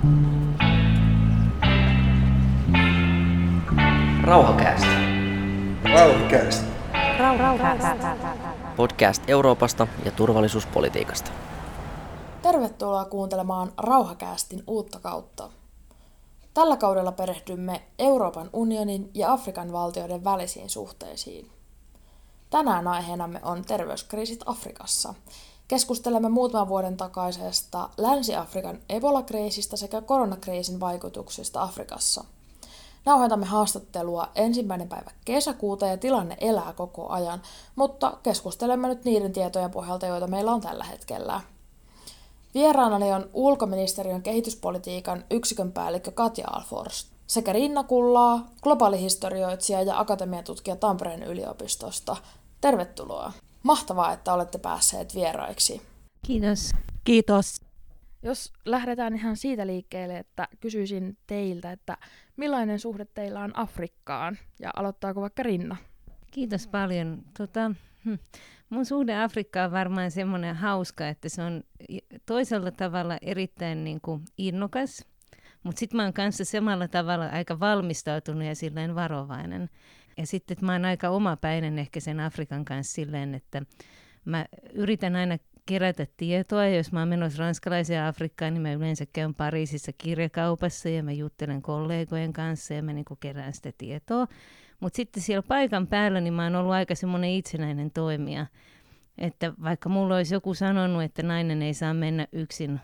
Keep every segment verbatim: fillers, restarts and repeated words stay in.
Rauhakäästä. Rauhakäästä. Rauhakäästä. Podcast Euroopasta ja turvallisuuspolitiikasta. Tervetuloa kuuntelemaan Rauhakäästin uutta kautta. Tällä kaudella perehdymme Euroopan unionin ja Afrikan valtioiden välisiin suhteisiin. Tänään aiheenamme on terveyskriisit Afrikassa. Keskustelemme muutaman vuoden takaisesta Länsi-Afrikan Ebola-kriisistä sekä koronakriisin vaikutuksista Afrikassa. Nauhoitamme haastattelua ensimmäinen päivä kesäkuuta ja tilanne elää koko ajan, mutta keskustelemme nyt niiden tietojen pohjalta, joita meillä on tällä hetkellä. Vieraanani on ulkoministeriön kehityspolitiikan yksikön päällikkö Katja Alfors sekä Rinna Kullaa, globaalihistorioitsija ja akatemiatutkija Tampereen yliopistosta. Tervetuloa. Mahtavaa, että olette päässeet vieraiksi. Kiitos. Kiitos. Jos lähdetään ihan siitä liikkeelle, että kysyisin teiltä, että millainen suhde teillä on Afrikkaan, ja aloittaako vaikka Rinna? Kiitos paljon. Tota, hm. Mun suhde Afrikkaan on varmaan semmoinen hauska, että se on toisella tavalla erittäin niin kuin innokas, mutta sitten mä oon kanssa samalla tavalla aika valmistautunut ja silleen varovainen. Ja sitten mä oon aika omapäinen ehkä sen Afrikan kanssa silleen, että mä yritän aina kerätä tietoa, ja jos mä oon menossa ranskalaiseen Afrikkaan, niin mä yleensä käyn Pariisissa kirjakaupassa ja mä juttelen kollegojen kanssa ja mä niin kuin kerään sitä tietoa. Mutta sitten siellä paikan päällä niin mä oon ollut aika semmoinen itsenäinen toimija, että vaikka mulla olisi joku sanonut, että nainen ei saa mennä yksin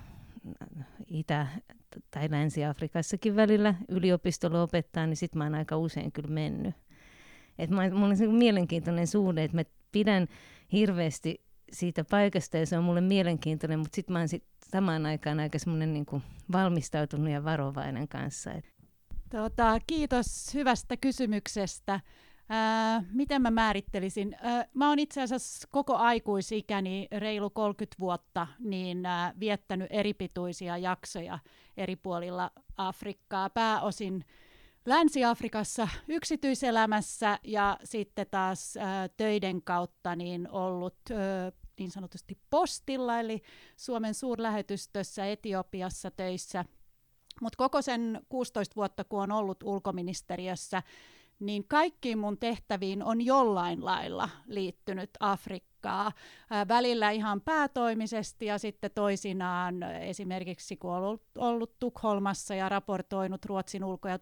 Itä- tai Länsi-Afrikassakin välillä yliopistolla opettaa, niin sitten mä oon aika usein kyllä mennyt. Että mulla on se mielenkiintoinen suhde, että mä pidän hirveästi siitä paikasta ja se on mulle mielenkiintoinen, mutta sitten mä oon sit samaan aikaan aika semmoinen niin kuin valmistautunut ja varovainen kanssa. Tota, kiitos hyvästä kysymyksestä. Ää, miten mä määrittelisin? Ää, mä oon itse asiassa koko aikuisikäni reilu kolmekymmentä vuotta niin ää, viettänyt eripituisia jaksoja eri puolilla Afrikkaa, pääosin Länsi-Afrikassa yksityiselämässä ja sitten taas ää, töiden kautta niin ollut ää, niin sanotusti postilla, eli Suomen suurlähetystössä Etiopiassa töissä. Mutta koko sen kuusitoista vuotta, kun on ollut ulkoministeriössä, niin kaikkiin mun tehtäviin on jollain lailla liittynyt Afrikkaa. Ää, välillä ihan päätoimisesti ja sitten toisinaan esimerkiksi kun on ollut, ollut Tukholmassa ja raportoinut Ruotsin ulko- ja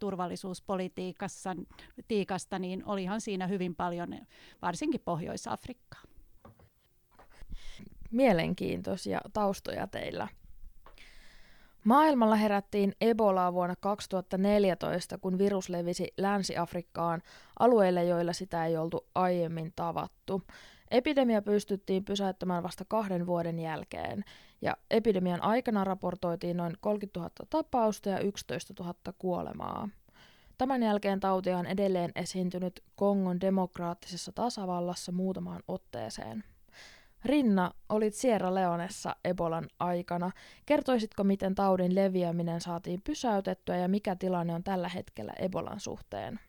turvallisuuspolitiikasta, niin olihan siinä hyvin paljon varsinkin Pohjois-Afrikkaa. Mielenkiintoisia taustoja teillä. Maailmalla herättiin Ebolaa vuonna kaksituhattaneljätoista, kun virus levisi Länsi-Afrikkaan alueille, joilla sitä ei oltu aiemmin tavattu. Epidemia pystyttiin pysäyttämään vasta kahden vuoden jälkeen, ja epidemian aikana raportoitiin noin kolmekymmentätuhatta tapausta ja yksitoistatuhatta kuolemaa. Tämän jälkeen tautia on edelleen esiintynyt Kongon demokraattisessa tasavallassa muutamaan otteeseen. Rinna, olit Sierra Leonessa Ebolan aikana. Kertoisitko, miten taudin leviäminen saatiin pysäytettyä ja mikä tilanne on tällä hetkellä Ebolan suhteen?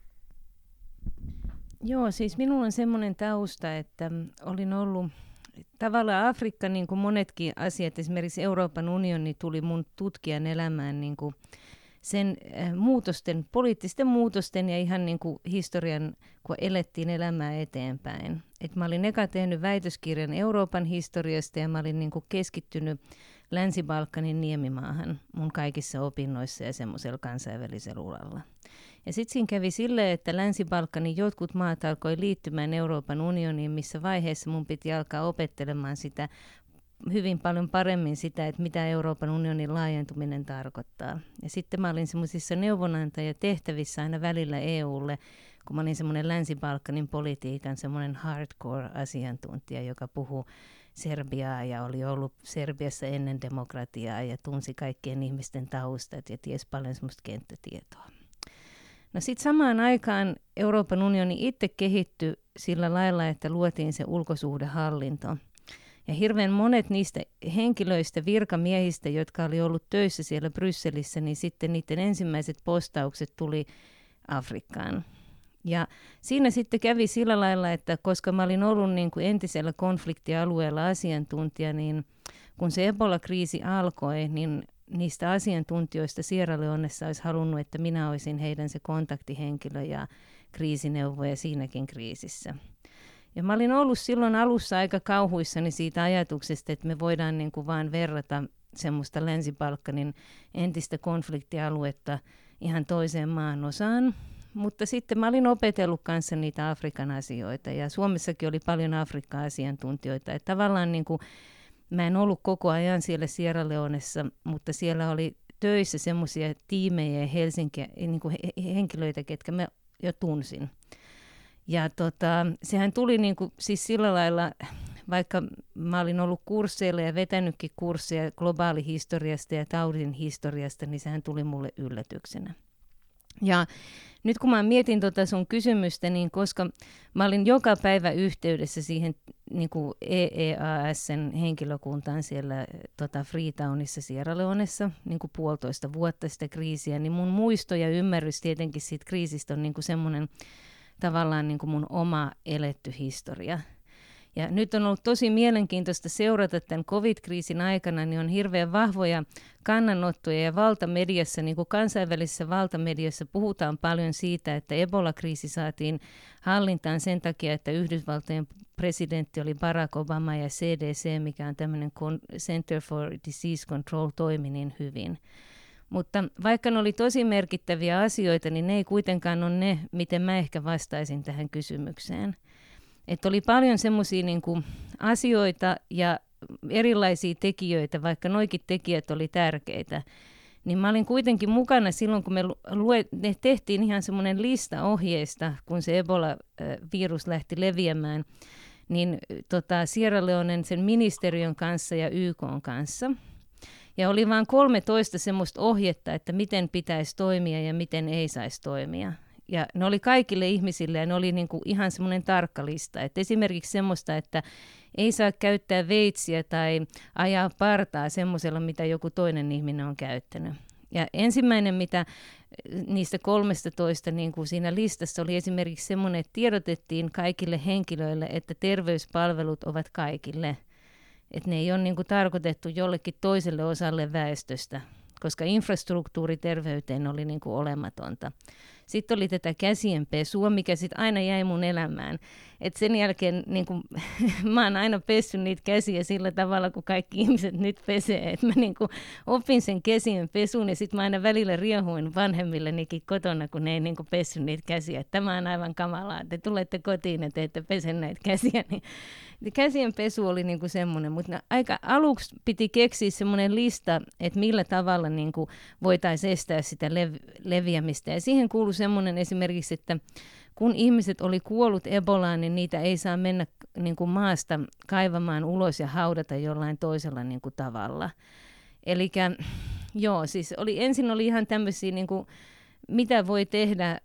Joo, siis minulla on semmoinen tausta, että olin ollut tavallaan Afrikka, niin kuin monetkin asiat, esimerkiksi Euroopan unioni tuli mun tutkijan elämään niin kuin sen muutosten, poliittisten muutosten ja ihan niin kuin historian, kun elettiin elämää eteenpäin. Et mä olin eka tehnyt väitöskirjan Euroopan historiasta ja mä olin niin kuin keskittynyt Länsi-Balkanin niemimaahan mun kaikissa opinnoissa ja semmoisella kansainvälisellä uralla. Ja sitten siinä kävi silleen, että Länsi-Balkanin jotkut maat alkoi liittymään Euroopan unioniin, missä vaiheessa mun piti alkaa opettelemaan sitä hyvin paljon paremmin sitä, että mitä Euroopan unionin laajentuminen tarkoittaa. Ja sitten mä olin semmoisissa neuvonantajatehtävissä aina välillä E U:lle, kun mä olin semmoinen Länsi-Balkanin politiikan semmoinen hardcore-asiantuntija, joka puhui Serbiaa ja oli ollut Serbiassa ennen demokratiaa ja tunsi kaikkien ihmisten taustat ja ties paljon semmoista kenttätietoa. No sitten samaan aikaan Euroopan unioni itse kehittyi sillä lailla, että luotiin se ulkosuhdehallinto. Ja hirveän monet niistä henkilöistä, virkamiehistä, jotka oli ollut töissä siellä Brysselissä, niin sitten niiden ensimmäiset postaukset tuli Afrikkaan. Ja siinä sitten kävi sillä lailla, että koska mä olin ollut niin kuin entisellä konfliktialueella asiantuntija, niin kun se Ebola-kriisi alkoi, niin niistä asiantuntijoista Sierra Leonessa olisi halunnut, että minä olisin heidän se kontaktihenkilö ja kriisineuvoja siinäkin kriisissä. Ja mä olin ollut silloin alussa aika kauhuissani siitä ajatuksesta, että me voidaan niin kuin vaan verrata semmoista Länsi-Balkanin entistä konfliktialuetta ihan toiseen maanosaan. Mutta sitten mä olin opetellut kanssa niitä Afrikan asioita ja Suomessakin oli paljon Afrikka-asiantuntijoita. Että tavallaan niin kuin, mä en ollut koko ajan siellä Sierra Leonessa, mutta siellä oli töissä semmoisia tiimejä ja Helsinkiä, niin kuin henkilöitä, ketkä mä jo tunsin. Ja tota, sehän tuli niin kuin, siis sillä lailla, vaikka mä olin ollut kursseilla ja vetänytkin kursseja globaalihistoriasta ja taudin historiasta, niin sehän tuli mulle yllätyksenä. Ja nyt kun mä mietin tota sun kysymystä, niin koska mä olin joka päivä yhteydessä siihen niin kuin E E A S:n henkilökuntaan siellä tota Freetownissa Sierra Leonessa niin kuin puolitoista vuotta sitä kriisiä, niin mun muisto ja ymmärrys tietenkin siitä kriisistä on niin kuin semmoinen tavallaan niin kuin mun oma eletty historia. Ja nyt on ollut tosi mielenkiintoista seurata tämän covid-kriisin aikana, niin on hirveän vahvoja kannanottoja ja valtamediassa, niin kuin kansainvälisessä valtamediassa puhutaan paljon siitä, että Ebola-kriisi saatiin hallintaan sen takia, että Yhdysvaltojen presidentti oli Barack Obama ja C D C, mikä on tämmöinen Center for Disease Control, toimi niin hyvin. Mutta vaikka ne oli tosi merkittäviä asioita, niin ne ei kuitenkaan ole ne, miten mä ehkä vastaisin tähän kysymykseen. Että oli paljon semmoisia niin kuin asioita ja erilaisia tekijöitä, vaikka noikin tekijät oli tärkeitä, niin mä olin kuitenkin mukana silloin, kun me lue, ne tehtiin ihan semmoinen lista ohjeista, kun se Ebola-virus lähti leviämään, niin tota, Sierra Leonen sen ministeriön kanssa ja Y K:n kanssa. Ja oli vain kolmetoista semmoista ohjetta, että miten pitäisi toimia ja miten ei saisi toimia. Ja ne oli kaikille ihmisille ja ne oli niinku ihan semmoinen tarkka lista. Et esimerkiksi semmoista, että ei saa käyttää veitsiä tai ajaa partaa semmoisella, mitä joku toinen ihminen on käyttänyt. Ja ensimmäinen, mitä niistä kolmestatoista niin kuin siinä listassa oli esimerkiksi semmoinen, että tiedotettiin kaikille henkilöille, että terveyspalvelut ovat kaikille. Että ne ei ole niin kuin tarkoitettu jollekin toiselle osalle väestöstä, koska infrastruktuuri terveyteen oli niin kuin olematonta. Sitten oli tätä käsien pesua, mikä sitten aina jäi mun elämään. Et sen jälkeen niin kun, mä oon aina pessyt niitä käsiä sillä tavalla, kun kaikki ihmiset nyt pesee. Et mä niin kun opin sen käsien pesun ja sitten mä aina välillä riehuin vanhemmillenikin kotona, kun ne ei niin kun pessy niitä käsiä. Et tämä on aivan kamalaa. Te tulette kotiin ja te ette pese näitä käsiä. Niin käsien pesu oli niin kuin semmoinen, mutta aika aluksi piti keksiä semmoinen lista, että millä tavalla niin kuin voitaisiin estää sitä lev- leviämistä. Ja siihen kuului semmoinen esimerkiksi, että kun ihmiset oli kuollut Ebolaan, niin niitä ei saa mennä niin kuin maasta kaivamaan ulos ja haudata jollain toisella niin kuin tavalla. Eli joo, siis oli, ensin oli ihan tämmöisiä, niin kuin, mitä voi tehdä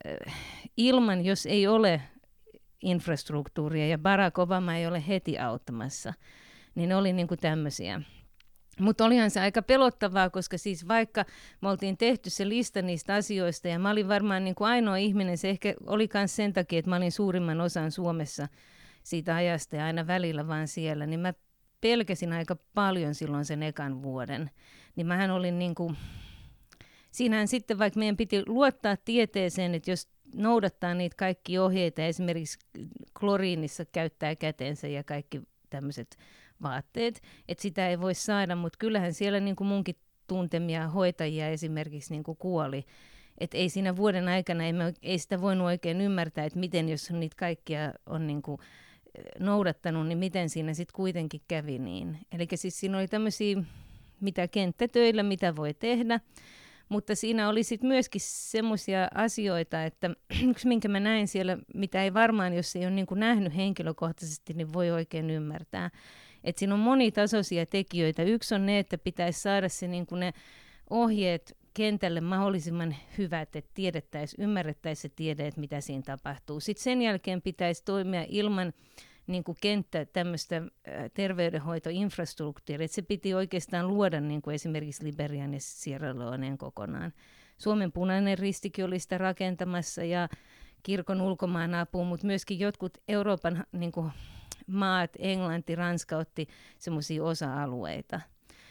ilman, jos ei ole infrastruktuuria, ja Barack Obama ei ole heti auttamassa, niin ne oli niin kuin tämmöisiä. Mutta olihan se aika pelottavaa, koska siis vaikka me oltiin tehty se lista niistä asioista, ja mä olin varmaan niin kuin ainoa ihminen, se ehkä oli myös sen takia, että mä olin suurimman osan Suomessa siitä ajasta ja aina välillä vaan siellä, niin mä pelkäsin aika paljon silloin sen ekan vuoden. Niin mähän olin niin kuin, siinähän sitten vaikka meidän piti luottaa tieteeseen, että jos noudattaa niitä kaikki ohjeita, esimerkiksi kloriinissa käyttää kätensä ja kaikki tämmöiset vaatteet, että sitä ei voi saada, mutta kyllähän siellä niin kuin munkin tuntemia hoitajia esimerkiksi niin kuin kuoli. Että ei siinä vuoden aikana, ei, me, ei sitä voinut oikein ymmärtää, että miten jos niitä kaikkia on niin kuin noudattanut, niin miten siinä sitten kuitenkin kävi niin. Eli siis siinä oli tämmöisiä, mitä kenttätöillä, mitä voi tehdä, mutta siinä oli sitten myöskin semmoisia asioita, että yksi minkä mä näin siellä, mitä ei varmaan, jos ei ole niin kuin nähnyt henkilökohtaisesti, niin voi oikein ymmärtää. Että siinä on monitasoisia tekijöitä. Yksi on ne, että pitäisi saada se, niin kuin ne ohjeet kentälle mahdollisimman hyvät, että tiedettäisiin, ymmärrettäisiin se tiede, että mitä siinä tapahtuu. Sitten sen jälkeen pitäisi toimia ilman niin kuin kenttä tämmöistä terveydenhoitoinfrastruktuuria, että se piti oikeastaan luoda niin kuin esimerkiksi Liberian ja Sierra Leoneen kokonaan. Suomen Punainen Ristikin oli sitä rakentamassa ja kirkon ulkomaan apuun, mutta myöskin jotkut Euroopan niin kuin maat, Englanti, Ranska otti semmoisia osa-alueita.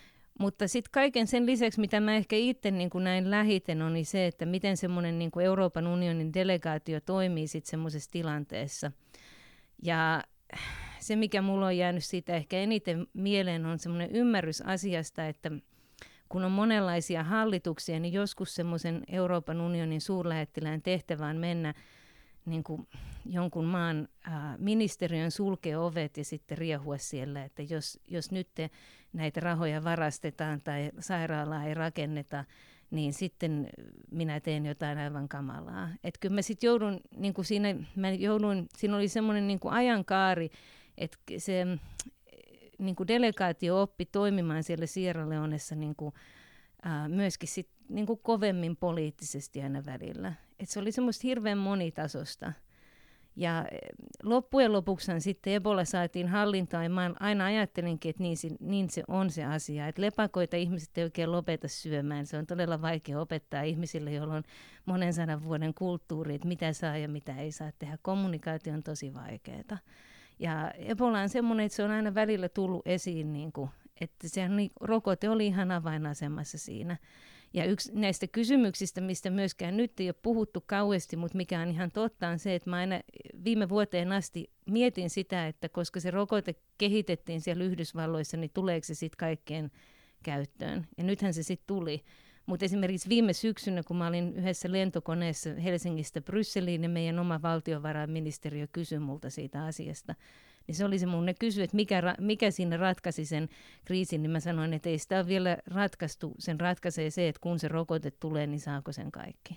Mutta sitten kaiken sen lisäksi, mitä mä ehkä itse niin kuin näin lähiten, on niin se, että miten semmoinen niin kuin Euroopan unionin delegaatio toimii sitten semmoisessa tilanteessa. Ja se, mikä mulla on jäänyt siitä ehkä eniten mieleen, on semmoinen ymmärrys asiasta, että kun on monenlaisia hallituksia, niin joskus semmoisen Euroopan unionin suurlähettilään tehtävään mennä niin kuin jonkun maan ää, ministeriön sulkee ovet ja sitten riehua siellä, että jos, jos nyt te näitä rahoja varastetaan tai sairaalaa ei rakenneta, niin sitten minä teen jotain aivan kamalaa. Että kyllä mä sitten joudun, niin kuin siinä, mä joudun, siinä oli semmoinen niin kuin ajankaari, että se niin kuin delegaatio oppi toimimaan siellä Sierra Leonessa niin kuin, ää, myöskin sit, niin kuin kovemmin poliittisesti aina välillä. Et se oli semmoista hirveän monitasosta. Ja loppujen lopuksi sitten Ebola saatiin hallintaan, ja mä aina ajattelinkin, että niin, niin se on se asia. Että lepakoita ihmiset ei oikein lopeta syömään. Se on todella vaikea opettaa ihmisille, joilla on monen sadan vuoden kulttuuri, että mitä saa ja mitä ei saa tehdä. Kommunikaatio on tosi vaikeaa. Ja Ebola on semmoinen, että se on aina välillä tullut esiin, niin kuin, että se rokote oli ihan avainasemassa siinä. Ja yksi näistä kysymyksistä, mistä myöskään nyt ei ole puhuttu kauheasti, mutta mikä on ihan totta, on se, että mä aina viime vuoteen asti mietin sitä, että koska se rokote kehitettiin siellä Yhdysvalloissa, niin tuleeko se sitten kaikkeen käyttöön. Ja nythän se sitten tuli. Mutta esimerkiksi viime syksynä, kun mä olin yhdessä lentokoneessa Helsingistä Brysseliin, niin meidän oma valtiovarainministeriö kysyi multa siitä asiasta. Niin se oli se mun, ne kysyi, että mikä, mikä siinä ratkaisi sen kriisin, niin mä sanoin, että ei sitä ole vielä ratkaistu. Sen ratkaisee se, että kun se rokote tulee, niin saako sen kaikki.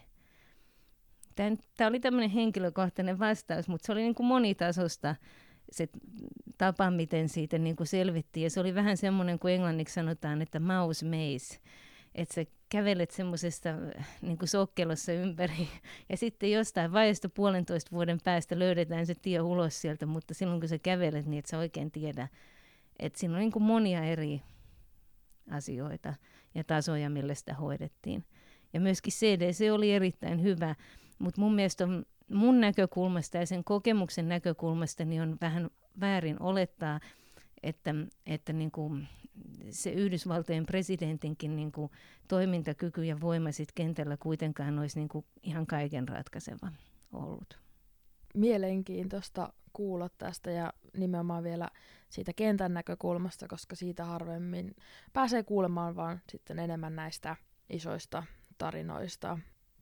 Tämä oli tämmöinen henkilökohtainen vastaus, mutta se oli niin kuin monitasosta se tapa, miten siitä niin kuin selvittiin. Ja se oli vähän semmoinen, kuin englanniksi sanotaan, että mouse maze. Että sä kävelet semmoisesta niin kuin sokkelossa ympäri ja sitten jostain vaiheesta puolentoista vuoden päästä löydetään se tie ulos sieltä, mutta silloin kun sä kävelet, niin et sä oikein tiedä, että siinä on niin kuin monia eri asioita ja tasoja, millä sitä hoidettiin. Ja myöskin C D C oli erittäin hyvä, mutta mun mielestä on, mun näkökulmasta ja sen kokemuksen näkökulmasta niin on vähän väärin olettaa, että, että niin kuin se Yhdysvaltojen presidentinkin niin kuin toimintakyky ja voima sit kentällä kuitenkaan olisi niin kuin ihan kaiken ratkaiseva ollut. Mielenkiintoista kuulla tästä ja nimenomaan vielä siitä kentän näkökulmasta, koska siitä harvemmin pääsee kuulemaan vaan sitten enemmän näistä isoista tarinoista.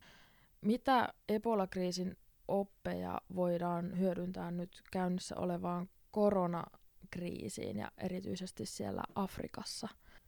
Mitä Ebola-kriisin oppeja voidaan hyödyntää nyt käynnissä olevaan koronakriisiin ja erityisesti siellä Afrikassa?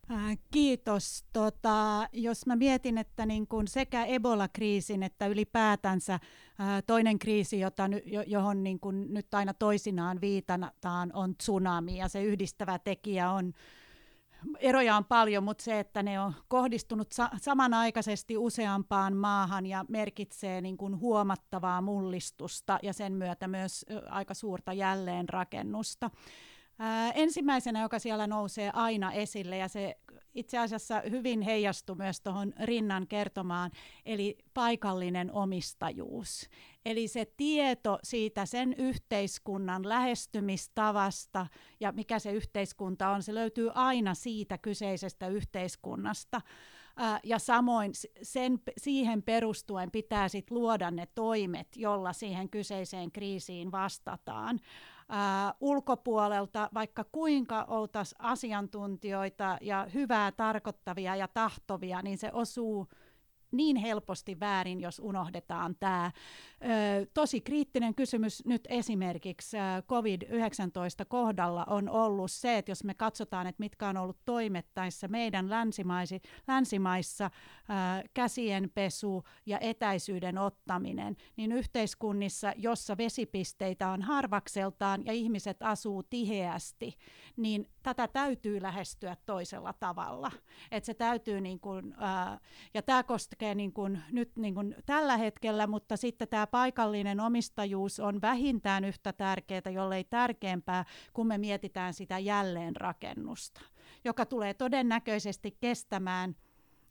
Kiitos. Tota, jos mä mietin, että niin kun sekä Ebola-kriisin että ylipäätänsä ää, toinen kriisi, jota, johon niin kun nyt aina toisinaan viitataan, on tsunami. Ja se yhdistävä tekijä on, eroja on paljon, mutta se, että ne on kohdistunut sa- samanaikaisesti useampaan maahan ja merkitsee niin kun huomattavaa mullistusta ja sen myötä myös aika suurta jälleenrakennusta. Ää, ensimmäisenä, joka siellä nousee aina esille, ja se itse asiassa hyvin heijastui myös tuohon Rinnan kertomaan, eli paikallinen omistajuus. Eli se tieto siitä sen yhteiskunnan lähestymistavasta ja mikä se yhteiskunta on, se löytyy aina siitä kyseisestä yhteiskunnasta. Ää, ja samoin sen, siihen perustuen pitää sit luoda ne toimet, jolla siihen kyseiseen kriisiin vastataan. Uh, ulkopuolelta, vaikka kuinka oltaisiin asiantuntijoita ja hyvää tarkoittavia ja tahtovia, niin se osuu niin helposti väärin, jos unohdetaan tämä. Tosi kriittinen kysymys nyt esimerkiksi covid yhdeksäntoista kohdalla on ollut se, että jos me katsotaan, että mitkä on ollut toimet tässä meidän länsimaisi, länsimaissa, ää, käsienpesu ja etäisyyden ottaminen, niin yhteiskunnissa, jossa vesipisteitä on harvakseltaan ja ihmiset asuu tiheästi, niin tätä täytyy lähestyä toisella tavalla. Että se täytyy niin kuin, ää, ja tämä koskee niin kuin, nyt niin kuin tällä hetkellä, mutta sitten tämä paikallinen omistajuus on vähintään yhtä tärkeää, jollei tärkeämpää, kun me mietitään sitä jälleenrakennusta, joka tulee todennäköisesti kestämään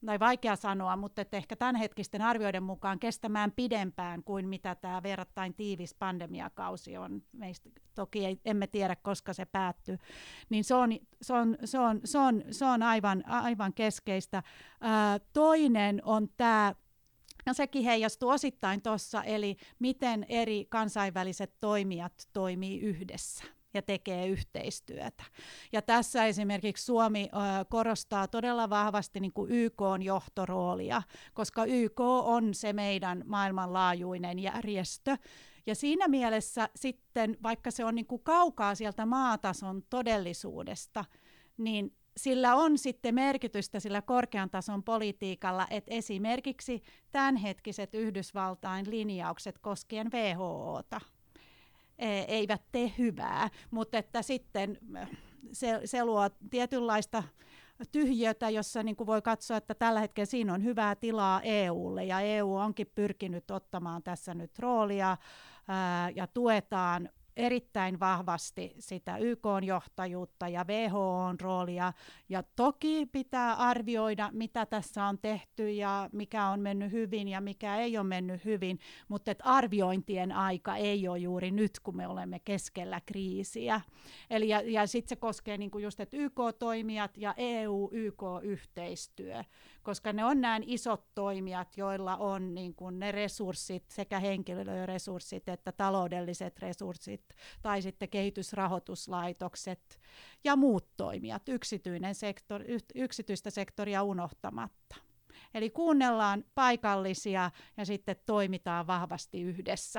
tai vaikea sanoa, mutta että ehkä tämänhetkisten arvioiden mukaan kestämään pidempään kuin mitä tämä verrattain tiivis pandemiakausi on. Meistä toki ei, emme tiedä, koska se päättyy. Niin se on, se on, se on, se on, se on aivan, aivan keskeistä. Ää, toinen on tämä, no sekin heijastuu osittain tuossa, eli miten eri kansainväliset toimijat toimii yhdessä ja tekee yhteistyötä. Ja tässä esimerkiksi Suomi ö, korostaa todella vahvasti niin kuin Y K:n johtoroolia, koska Y K on se meidän maailmanlaajuinen järjestö. Ja siinä mielessä sitten, vaikka se on niin kuin kaukaa sieltä maatason todellisuudesta, niin sillä on sitten merkitystä sillä korkean tason politiikalla, että esimerkiksi tämänhetkiset Yhdysvaltain linjaukset koskien W H O:ta eivät tee hyvää, mutta että sitten se, se luo tietynlaista tyhjötä, jossa niin kuin voi katsoa, että tällä hetkellä siinä on hyvää tilaa E U:lle, ja E U onkin pyrkinyt ottamaan tässä nyt roolia ää, ja tuetaan erittäin vahvasti sitä Y K:n johtajuutta ja W H O:n roolia, ja toki pitää arvioida, mitä tässä on tehty ja mikä on mennyt hyvin ja mikä ei ole mennyt hyvin, mutta et arviointien aika ei ole juuri nyt, kun me olemme keskellä kriisiä. Eli ja, ja sitten se koskee niinku just, että Y K-toimijat ja E U-Y K-yhteistyö, koska ne on nämä isot toimijat, joilla on niinku ne resurssit, sekä henkilöresurssit että taloudelliset resurssit, tai sitten kehitysrahoituslaitokset ja muut toimijat, yksityinen sektor, yksityistä sektoria unohtamatta. Eli kuunnellaan paikallisia ja sitten toimitaan vahvasti yhdessä.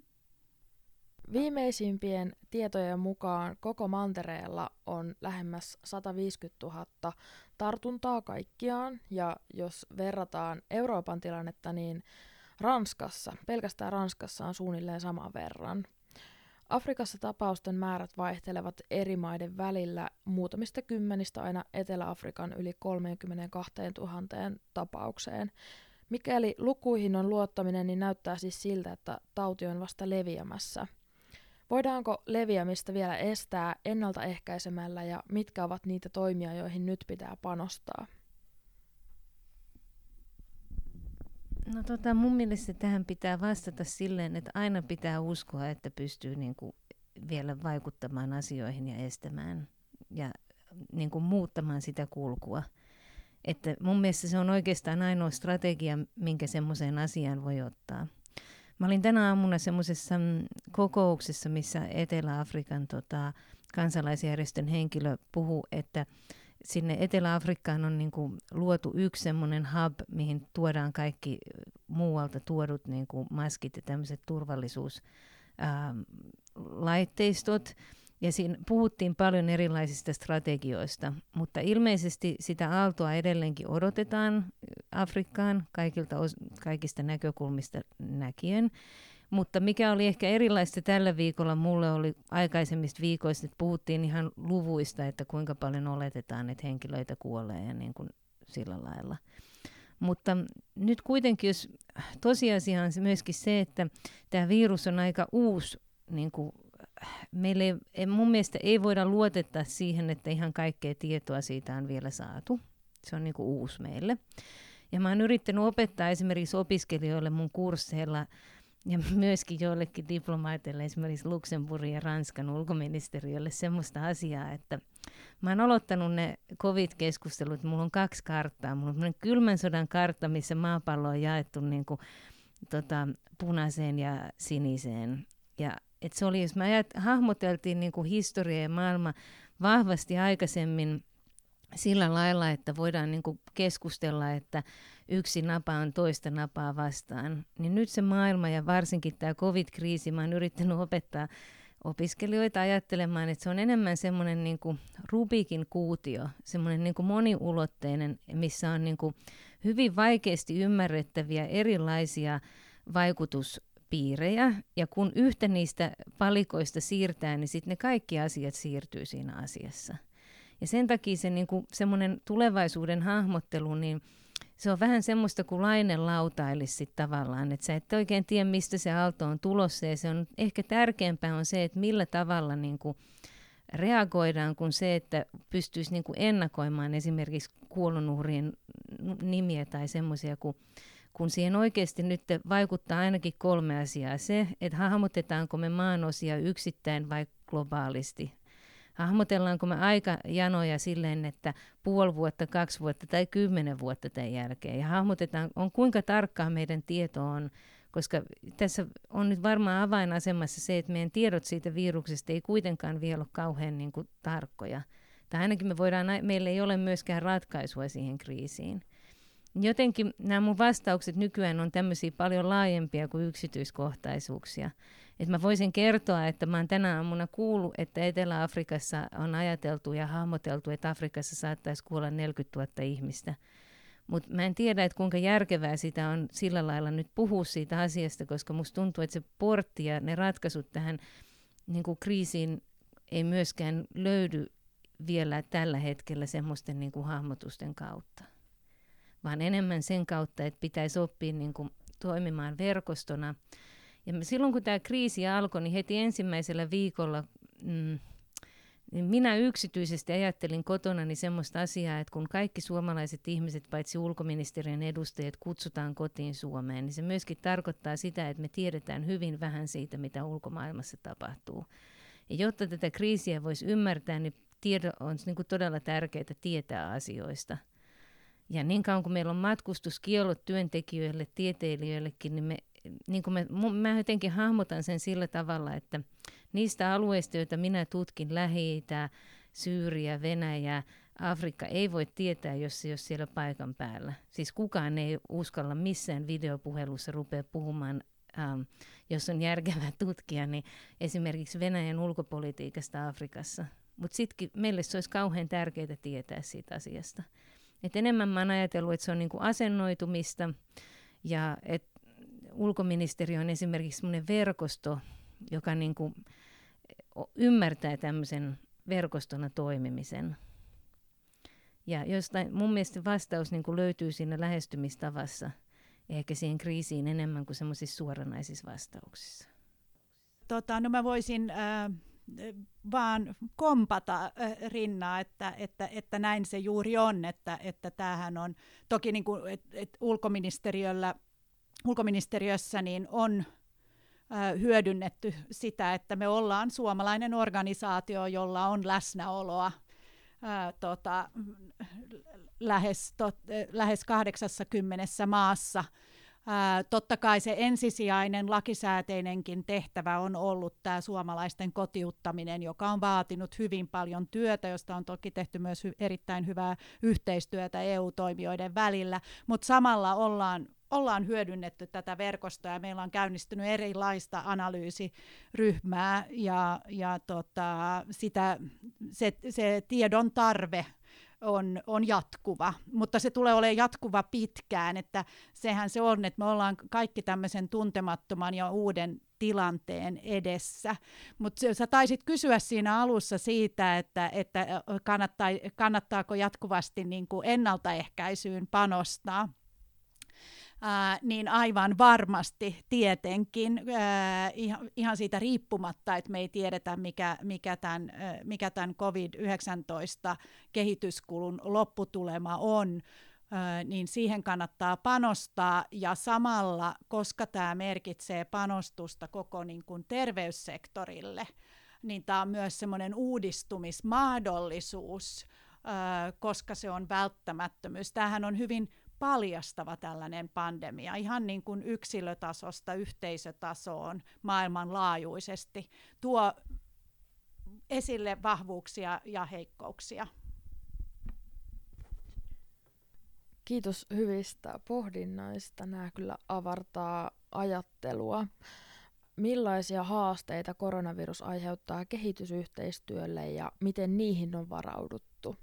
Viimeisimpien tietojen mukaan koko mantereella on lähemmäs sata viisikymmentätuhatta tartuntaa kaikkiaan, ja jos verrataan Euroopan tilannetta, niin Ranskassa, pelkästään Ranskassa on suunnilleen saman verran. Afrikassa tapausten määrät vaihtelevat eri maiden välillä muutamista kymmenistä aina Etelä-Afrikan yli kolmekymmentäkaksituhatta tapaukseen. Mikäli lukuihin on luottaminen, niin näyttää siis siltä, että tauti on vasta leviämässä. Voidaanko leviämistä vielä estää ennaltaehkäisemällä, ja mitkä ovat niitä toimia, joihin nyt pitää panostaa? No tota, mun mielestä tähän pitää vastata silleen, että aina pitää uskoa, että pystyy niinku vielä vaikuttamaan asioihin ja estämään ja niinku muuttamaan sitä kulkua. Että mun mielestä se on oikeastaan ainoa strategia, minkä semmoiseen asiaan voi ottaa. Mä olin tänä aamuna semmoisessa kokouksessa, missä Etelä-Afrikan tota, kansalaisjärjestön henkilö puhui, että sinne Etelä-Afrikkaan on niin kuin luotu yksi semmoinen hub, mihin tuodaan kaikki muualta tuodut niin kuin maskit ja tämmöiset turvallisuuslaitteistot. Ja siinä puhuttiin paljon erilaisista strategioista, mutta ilmeisesti sitä aaltoa edelleenkin odotetaan Afrikkaan kaikilta os- kaikista näkökulmista näkien. Mutta mikä oli ehkä erilaista tällä viikolla, mulle oli aikaisemmista viikoista, että puhuttiin ihan luvuista, että kuinka paljon oletetaan, että henkilöitä kuolee ja niin kuin sillä lailla. Mutta nyt kuitenkin, jos tosiasia on se myöskin se, että tämä virus on aika uusi, niin kuin meille ei, mun mielestä ei voida luottaa siihen, että ihan kaikkea tietoa siitä on vielä saatu. Se on niin kuin uusi meille. Ja mä oon yrittänyt opettaa esimerkiksi opiskelijoille mun kursseilla ja myöskin joillekin diplomaateille, esimerkiksi Luxemburgin ja Ranskan ulkoministeriölle semmoista asiaa, että mä oon aloittanut ne covid-keskustelut, mulla on kaksi karttaa. Mulla on kylmän sodan kartta, missä maapallo on jaettu niin kuin, tota, punaiseen ja siniseen. Ja et se oli, jos me ajat, hahmoteltiin niin kuin historia ja maailma vahvasti aikaisemmin sillä lailla, että voidaan niin kuin keskustella, että yksi napa on toista napaa vastaan, niin nyt se maailma ja varsinkin tämä covid-kriisi, mä oon yrittänyt opettaa opiskelijoita ajattelemaan, että se on enemmän semmoinen niin kuin Rubikin kuutio, semmoinen niin kuin moniulotteinen, missä on niin kuin hyvin vaikeasti ymmärrettäviä erilaisia vaikutuspiirejä, ja kun yhtä niistä palikoista siirtää, niin sitten ne kaikki asiat siirtyy siinä asiassa. Ja sen takia se niin kuin semmoinen tulevaisuuden hahmottelu, niin se on vähän semmoista kuin lainen lautailisi sit tavallaan, että sä et oikein tiedä, mistä se aalto on tulossa, ja se on ehkä tärkeämpää on se, että millä tavalla niin kuin reagoidaan, kuin se, että pystyisi niin kuin ennakoimaan esimerkiksi kuolonuhrien nimiä tai semmoisia, kun, kun siihen oikeasti nyt vaikuttaa ainakin kolme asiaa. Se, että hahmotetaanko me maanosia yksittäin vai globaalisti. Hahmotellaanko me aikajanoja silleen, että puoli vuotta, kaksi vuotta tai kymmenen vuotta tämän jälkeen. Ja hahmotetaan, on kuinka tarkkaa meidän tieto on, koska tässä on nyt varmaan avainasemassa se, että meidän tiedot siitä viruksesta ei kuitenkaan vielä ole kauhean niin kuin tarkkoja. Tai ainakin me voidaan, meillä ei ole myöskään ratkaisua siihen kriisiin. Jotenkin nämä mun vastaukset nykyään on tämmöisiä paljon laajempia kuin yksityiskohtaisuuksia. Et mä voisin kertoa, että mä oon tänä aamuna kuullut, että Etelä-Afrikassa on ajateltu ja hahmoteltu, että Afrikassa saattaisi kuolla neljäkymmentätuhatta ihmistä. Mutta mä en tiedä, että kuinka järkevää sitä on sillä lailla nyt puhua siitä asiasta, koska musta tuntuu, että se portti ja ne ratkaisut tähän niin kuin kriisiin ei myöskään löydy vielä tällä hetkellä semmoisten niin kuin hahmotusten kautta. Vaan enemmän sen kautta, että pitäisi oppia niin kuin toimimaan verkostona. Ja silloin kun tämä kriisi alkoi, niin heti ensimmäisellä viikolla mm, niin minä yksityisesti ajattelin kotonani semmoista asiaa, että kun kaikki suomalaiset ihmiset, paitsi ulkoministeriön edustajat, kutsutaan kotiin Suomeen, niin se myöskin tarkoittaa sitä, että me tiedetään hyvin vähän siitä, mitä ulkomaailmassa tapahtuu. Ja jotta tätä kriisiä voisi ymmärtää, niin tiedo on niin kuin todella tärkeää tietää asioista. Ja niin kauan kuin meillä on matkustuskiellot työntekijöille, tieteilijöillekin, niin me, niin kuin mä, mä jotenkin hahmotan sen sillä tavalla, että niistä alueista, joita minä tutkin, Lähi-Itä, Syyria, Venäjä, Afrikka, ei voi tietää, jos se ei ole siellä paikan päällä. Siis kukaan ei uskalla missään videopuhelussa rupea puhumaan, ähm, jos on järkevää tutkia, niin esimerkiksi Venäjän ulkopolitiikasta Afrikassa. Mutta sittenkin meille se olisi kauhean tärkeää tietää siitä asiasta. Et enemmän mä oon ajatellut, että se on niinku asennoitumista ja että ulkoministeriö on esimerkiksi semmoinen verkosto, joka niinku ymmärtää tämmöisen verkostona toimimisen. Ja jostain, mun mielestä vastaus niinku löytyy siinä lähestymistavassa, ehkä siihen kriisiin enemmän kuin semmoisissa suoranaisissa vastauksissa. Tota, no mä voisin Äh... vaan kompata äh, Rinnaa, että, että, että näin se juuri on, että, että tämähän on toki niin kuin, et, et ulkoministeriöllä, ulkoministeriössä niin on äh, hyödynnetty sitä, että me ollaan suomalainen organisaatio, jolla on läsnäoloa äh, tota, lähes, tot, äh, lähes kahdeksassakymmenessä maassa. Ää, totta kai se ensisijainen lakisääteinenkin tehtävä on ollut tämä suomalaisten kotiuttaminen, joka on vaatinut hyvin paljon työtä, josta on toki tehty myös hy- erittäin hyvää yhteistyötä E U-toimijoiden välillä, mutta samalla ollaan, ollaan hyödynnetty tätä verkostoa ja meillä on käynnistynyt erilaista analyysiryhmää ja, ja tota, sitä, se, se tiedon tarve On, on jatkuva, mutta se tulee olemaan jatkuva pitkään, että sehän se on, että me ollaan kaikki tämmöisen tuntemattoman ja uuden tilanteen edessä. Mutta sä taisit kysyä siinä alussa siitä, että, että kannattaa, kannattaako jatkuvasti niin kuin ennaltaehkäisyyn panostaa. Ää, niin aivan varmasti tietenkin, ää, ihan, ihan siitä riippumatta, että me ei tiedetä, mikä, mikä tämän, mikä tämän covid yhdeksäntoista kehityskulun lopputulema on, ää, niin siihen kannattaa panostaa. Ja samalla, koska tämä merkitsee panostusta koko niin kuin terveyssektorille, niin tämä on myös semmoinen uudistumismahdollisuus, ää, koska se on välttämättömyys. Tämähän on hyvin paljastava tällainen pandemia, ihan niin kuin yksilötasosta yhteisötasoon maailmanlaajuisesti, tuo esille vahvuuksia ja heikkouksia. Kiitos hyvistä pohdinnoista. Nämä kyllä avartaa ajattelua. Millaisia haasteita koronavirus aiheuttaa kehitysyhteistyölle ja miten niihin on varauduttu?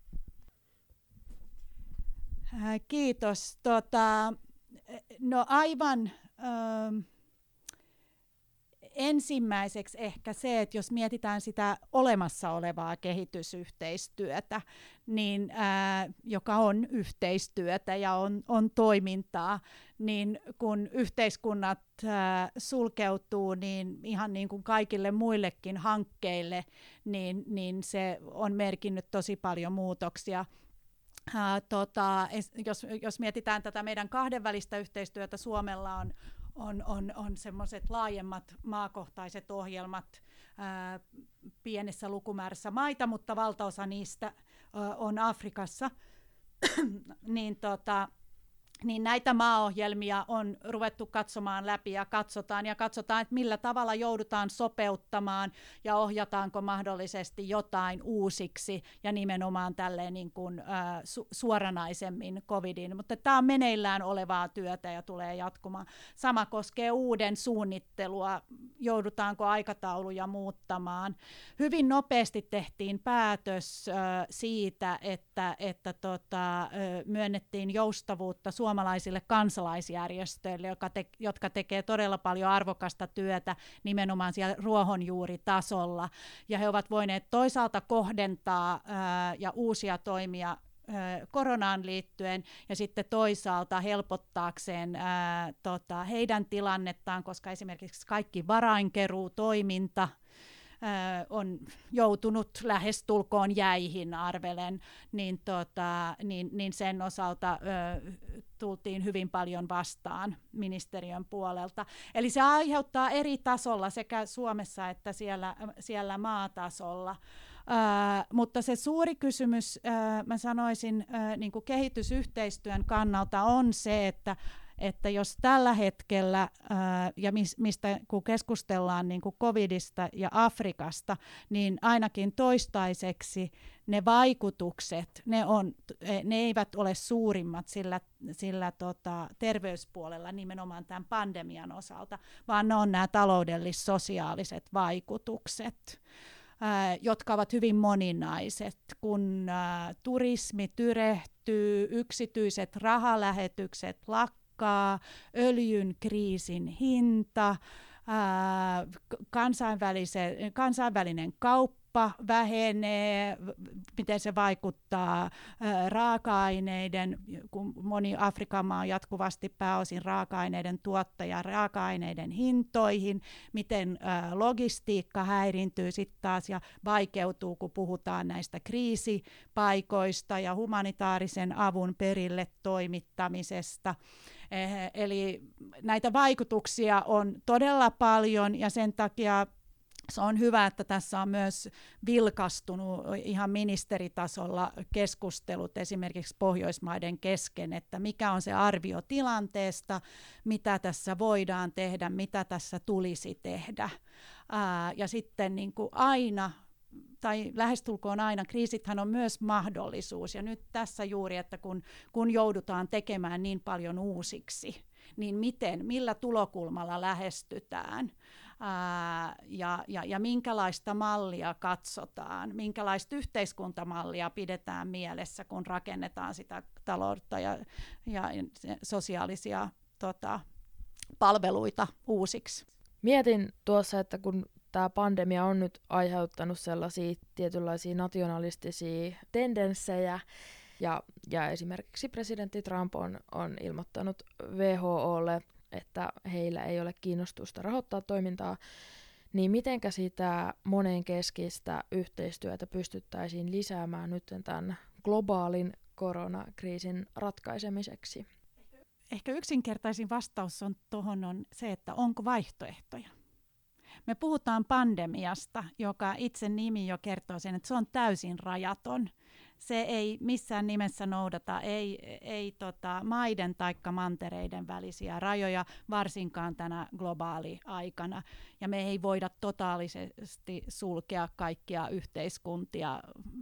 Kiitos. Tota, no aivan ähm, ensimmäiseksi ehkä se, että jos mietitään sitä olemassa olevaa kehitysyhteistyötä, niin, äh, joka on yhteistyötä ja on, on toimintaa, niin kun yhteiskunnat äh, sulkeutuu, niin ihan niin kuin kaikille muillekin hankkeille, niin, niin se on merkinnyt tosi paljon muutoksia. Ää, tota, jos, jos mietitään tätä meidän kahdenvälistä yhteistyötä, Suomella on, on, on, on semmoiset laajemmat maakohtaiset ohjelmat ää, pienessä lukumäärässä maita, mutta valtaosa niistä ää, on Afrikassa, niin tota, niin näitä maaohjelmia on ruvettu katsomaan läpi ja katsotaan ja katsotaan, että millä tavalla joudutaan sopeuttamaan ja ohjataanko mahdollisesti jotain uusiksi ja nimenomaan tälleen niin kuin, ä, su- suoranaisemmin covidin, mutta tämä on meneillään olevaa työtä ja tulee jatkumaan. Sama koskee uuden suunnittelua, joudutaanko aikatauluja muuttamaan. Hyvin nopeasti tehtiin päätös ä, siitä, että, että tota, ä, myönnettiin joustavuutta suomalaisille kansalaisjärjestöille, jotka, te, jotka tekee todella paljon arvokasta työtä nimenomaan siellä ruohonjuuritasolla. Ja he ovat voineet toisaalta kohdentaa ää, ja uusia toimia ää, koronaan liittyen ja sitten toisaalta helpottaakseen ää, tota, heidän tilannettaan, koska esimerkiksi kaikki varainkeruutoiminta on joutunut lähestulkoon jäihin arvelen, niin, tota, niin, niin sen osalta ö, tultiin hyvin paljon vastaan ministeriön puolelta. Eli se aiheuttaa eri tasolla sekä Suomessa että siellä, siellä maatasolla. Ö, mutta se suuri kysymys, ö, mä sanoisin, ö, niin kuin kehitysyhteistyön kannalta on se, että että jos tällä hetkellä, ää, ja mistä kun keskustellaan niin kuin covidista ja Afrikasta, niin ainakin toistaiseksi ne vaikutukset, ne, on, ne eivät ole suurimmat sillä, sillä tota, terveyspuolella nimenomaan tämän pandemian osalta, vaan ne on nämä taloudellis-sosiaaliset vaikutukset, ää, jotka ovat hyvin moninaiset, kun ää, turismi tyrehtyy, yksityiset rahalähetykset lakkaa, öljyn kriisin hinta, ää, kansainvälinen kauppa vähenee, miten se vaikuttaa ää, raaka-aineiden, kun moni Afrikan maa on jatkuvasti pääosin raaka-aineiden tuottaja, raaka-aineiden hintoihin, miten ää, logistiikka häiriintyy sitten taas ja vaikeutuu, kun puhutaan näistä kriisipaikoista ja humanitaarisen avun perille toimittamisesta. Eli näitä vaikutuksia on todella paljon ja sen takia se on hyvä, että tässä on myös vilkastunut ihan ministeritasolla keskustelut esimerkiksi Pohjoismaiden kesken, että mikä on se arvio tilanteesta, mitä tässä voidaan tehdä, mitä tässä tulisi tehdä. Ää, ja sitten niin kuin aina, tai lähestulkoon aina, kriisithän on myös mahdollisuus. Ja nyt tässä juuri, että kun, kun joudutaan tekemään niin paljon uusiksi, niin miten, millä tulokulmalla lähestytään ää, ja, ja, ja minkälaista mallia katsotaan, minkälaista yhteiskuntamallia pidetään mielessä, kun rakennetaan sitä taloutta ja, ja sosiaalisia tota, palveluita uusiksi. Mietin tuossa, että kun tämä pandemia on nyt aiheuttanut sellaisia tietynlaisia nationalistisia tendenssejä, ja, ja esimerkiksi presidentti Trump on, on ilmoittanut W H O:lle, että heillä ei ole kiinnostusta rahoittaa toimintaa, niin mitenkä sitä monenkeskistä yhteistyötä pystyttäisiin lisäämään nyt tämän globaalin koronakriisin ratkaisemiseksi? Ehkä yksinkertaisin vastaus on tuohon on se, että onko vaihtoehtoja. Me puhutaan pandemiasta, joka itse nimi jo kertoo sen, että se on täysin rajaton. Se ei missään nimessä noudata ei, ei tota, maiden tai mantereiden välisiä rajoja, varsinkaan tänä globaali-aikana. Ja me ei voida totaalisesti sulkea kaikkia yhteiskuntia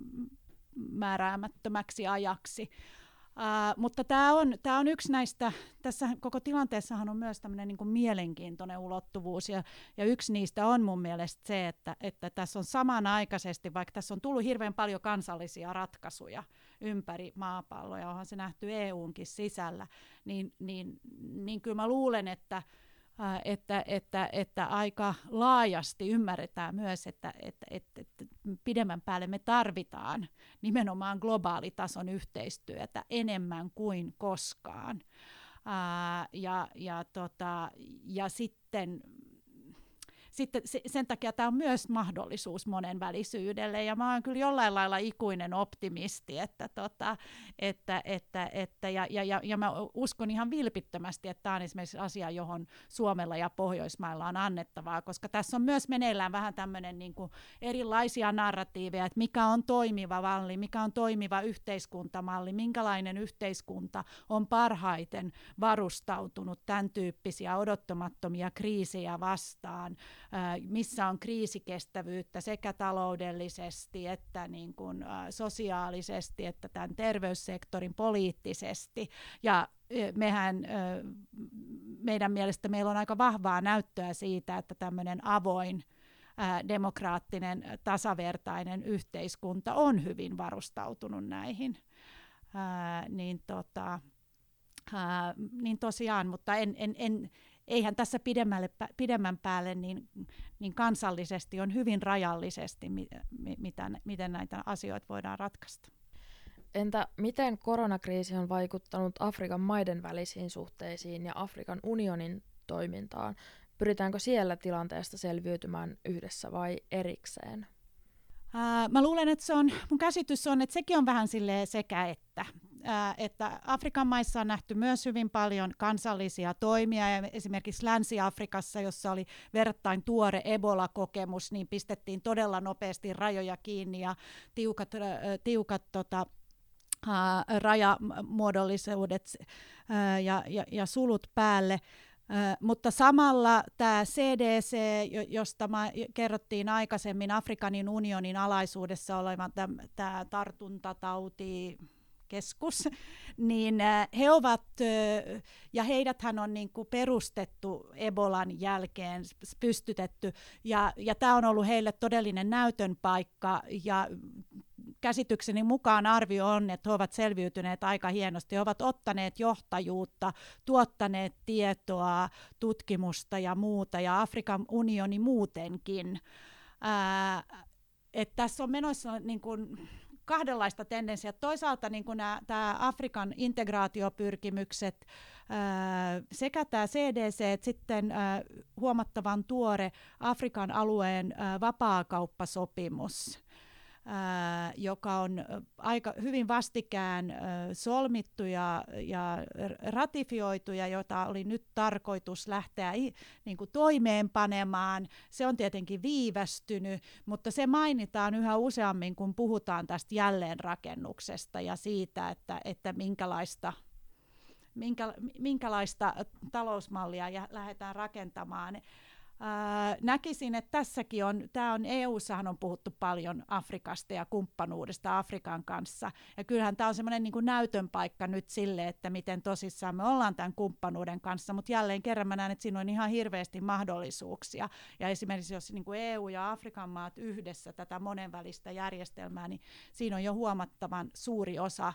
määräämättömäksi ajaksi. Uh, mutta tämä on, tää on yksi näistä, tässä koko tilanteessahan on myös tämmöinen niin kuin mielenkiintoinen ulottuvuus, ja, ja yksi niistä on mun mielestä se, että, että tässä on samanaikaisesti, vaikka tässä on tullut hirveän paljon kansallisia ratkaisuja ympäri maapalloa, ja onhan se nähty E U:nkin sisällä, niin, niin, niin kyllä mä luulen, että Että, että, että aika laajasti ymmärretään myös, että, että, että, että pidemmän päälle me tarvitaan nimenomaan globaalitason yhteistyötä enemmän kuin koskaan. Ää, ja, ja, tota, ja sitten sitten se, sen takia tämä on myös mahdollisuus monenvälisyydelle, ja mä oon kyllä jollain lailla ikuinen optimisti, että, tota, että, että, että ja, ja, ja, ja mä uskon ihan vilpittömästi, että tämä on esimerkiksi asia, johon Suomella ja Pohjoismailla on annettavaa, koska tässä on myös meneillään vähän tämmöinen niin kuin erilaisia narratiiveja, että mikä on toimiva malli, mikä on toimiva yhteiskuntamalli, minkälainen yhteiskunta on parhaiten varustautunut tämän tyyppisiä odottamattomia kriisejä vastaan, missä on kriisikestävyyttä sekä taloudellisesti että niin kuin sosiaalisesti, että tämän terveyssektorin poliittisesti, ja mehän, meidän mielestä meillä on aika vahvaa näyttöä siitä, että tämmöinen avoin, demokraattinen, tasavertainen yhteiskunta on hyvin varustautunut näihin, ää, niin, tota, ää, niin tosiaan, mutta en, en, en, eihän tässä pidemmälle, pidemmän päälle niin, niin kansallisesti on hyvin rajallisesti, mi, mitä, miten näitä asioita voidaan ratkaista. Entä miten koronakriisi on vaikuttanut Afrikan maiden välisiin suhteisiin ja Afrikan unionin toimintaan? Pyritäänkö siellä tilanteesta selviytymään yhdessä vai erikseen? Ää, mä luulen, että se on, mun käsitys on, että sekin on vähän silleen sekä että. Ää, että Afrikan maissa on nähty myös hyvin paljon kansallisia toimia, ja esimerkiksi Länsi-Afrikassa, jossa oli verrattain tuore Ebola-kokemus, niin pistettiin todella nopeasti rajoja kiinni ja tiukat, äh, tiukat tota, äh, rajamuodollisuudet äh, ja, ja, ja sulut päälle. Uh, mutta samalla tämä C D C, josta mä kerrottiin aikaisemmin, Afrikanin unionin alaisuudessa oleva tämä tartuntatautikeskus, niin uh, he ovat, uh, ja heidäthän on niinku perustettu Ebolan jälkeen, pystytetty, ja, ja tämä on ollut heille todellinen näytön paikka, ja käsitykseni mukaan arvio on, että he ovat selviytyneet aika hienosti. He ovat ottaneet johtajuutta, tuottaneet tietoa, tutkimusta ja muuta, ja Afrikan unioni muutenkin. Ää, että tässä on menossa niin kuin kahdenlaista tendenssiä. Toisaalta niin kuin tämä Afrikan integraatiopyrkimykset, ää, sekä tämä C D C, että sitten ää, huomattavan tuore Afrikan alueen ää, vapaakauppasopimus, Ää, joka on aika hyvin vastikään ää, solmittu ja, ja ratifioitu, ja jota oli nyt tarkoitus lähteä i, niin kuin toimeenpanemaan. Se on tietenkin viivästynyt, mutta se mainitaan yhä useammin, kun puhutaan tästä jälleenrakennuksesta ja siitä, että, että minkälaista, minkä, minkälaista talousmallia ja lähdetään rakentamaan. Ää, näkisin, että tässäkin on, tämä on E U:ssahan on puhuttu paljon Afrikasta ja kumppanuudesta Afrikan kanssa, ja kyllähän tämä on semmoinen niin kuin näytön paikka nyt sille, että miten tosissaan me ollaan tämän kumppanuuden kanssa, mutta jälleen kerran mä näen, että siinä on ihan hirveästi mahdollisuuksia, ja esimerkiksi jos niin kuin E U ja Afrikan maat yhdessä tätä monenvälistä järjestelmää, niin siinä on jo huomattavan suuri osa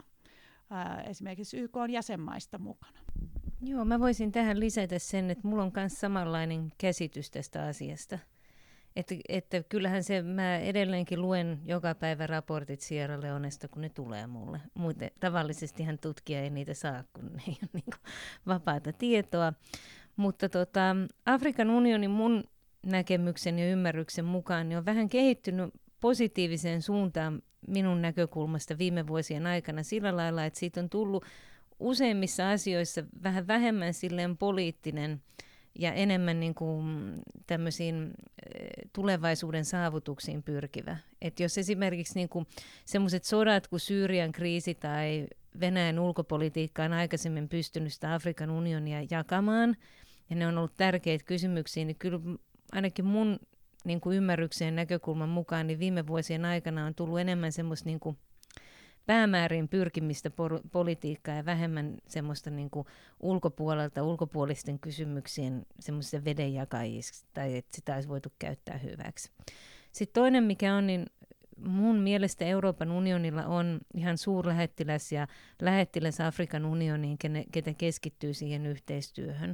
ää, esimerkiksi Y K:n jäsenmaista mukana. Joo, mä voisin tähän lisätä sen, että mulla on myös samanlainen käsitys tästä asiasta. Että, että kyllähän se, mä edelleenkin luen joka päivä raportit Sierra Leonesta, kun ne tulee mulle. Muuten tavallisestihan tutkija ei niitä saa, kun ne ei ole niin kuin vapaata tietoa. Mutta tota, Afrikan unionin mun näkemyksen ja ymmärryksen mukaan niin on vähän kehittynyt positiiviseen suuntaan minun näkökulmasta viime vuosien aikana sillä lailla, että siitä on tullut useimmissa asioissa vähän vähemmän silleen poliittinen ja enemmän niin kuin tämmöisiin tulevaisuuden saavutuksiin pyrkivä. Et jos esimerkiksi niin kuin semmoiset sodat kuin Syyrian kriisi tai Venäjän ulkopolitiikka on aikaisemmin pystynyt sitä Afrikan unionia jakamaan, ja ne on ollut tärkeitä kysymyksiä, niin kyllä ainakin mun niin kuin ymmärrykseen näkökulman mukaan niin viime vuosien aikana on tullut enemmän semmoista niin kuin päämäärin pyrkimistä por- politiikkaa ja vähemmän semmoista niin kuin ulkopuolelta, ulkopuolisten kysymyksien semmoisista vedenjakajista, tai että sitä olisi voitu käyttää hyväksi. Sitten toinen, mikä on, niin mun mielestä Euroopan unionilla on ihan suurlähettiläs ja lähettiläs Afrikan unioniin, ketä keskittyy siihen yhteistyöhön.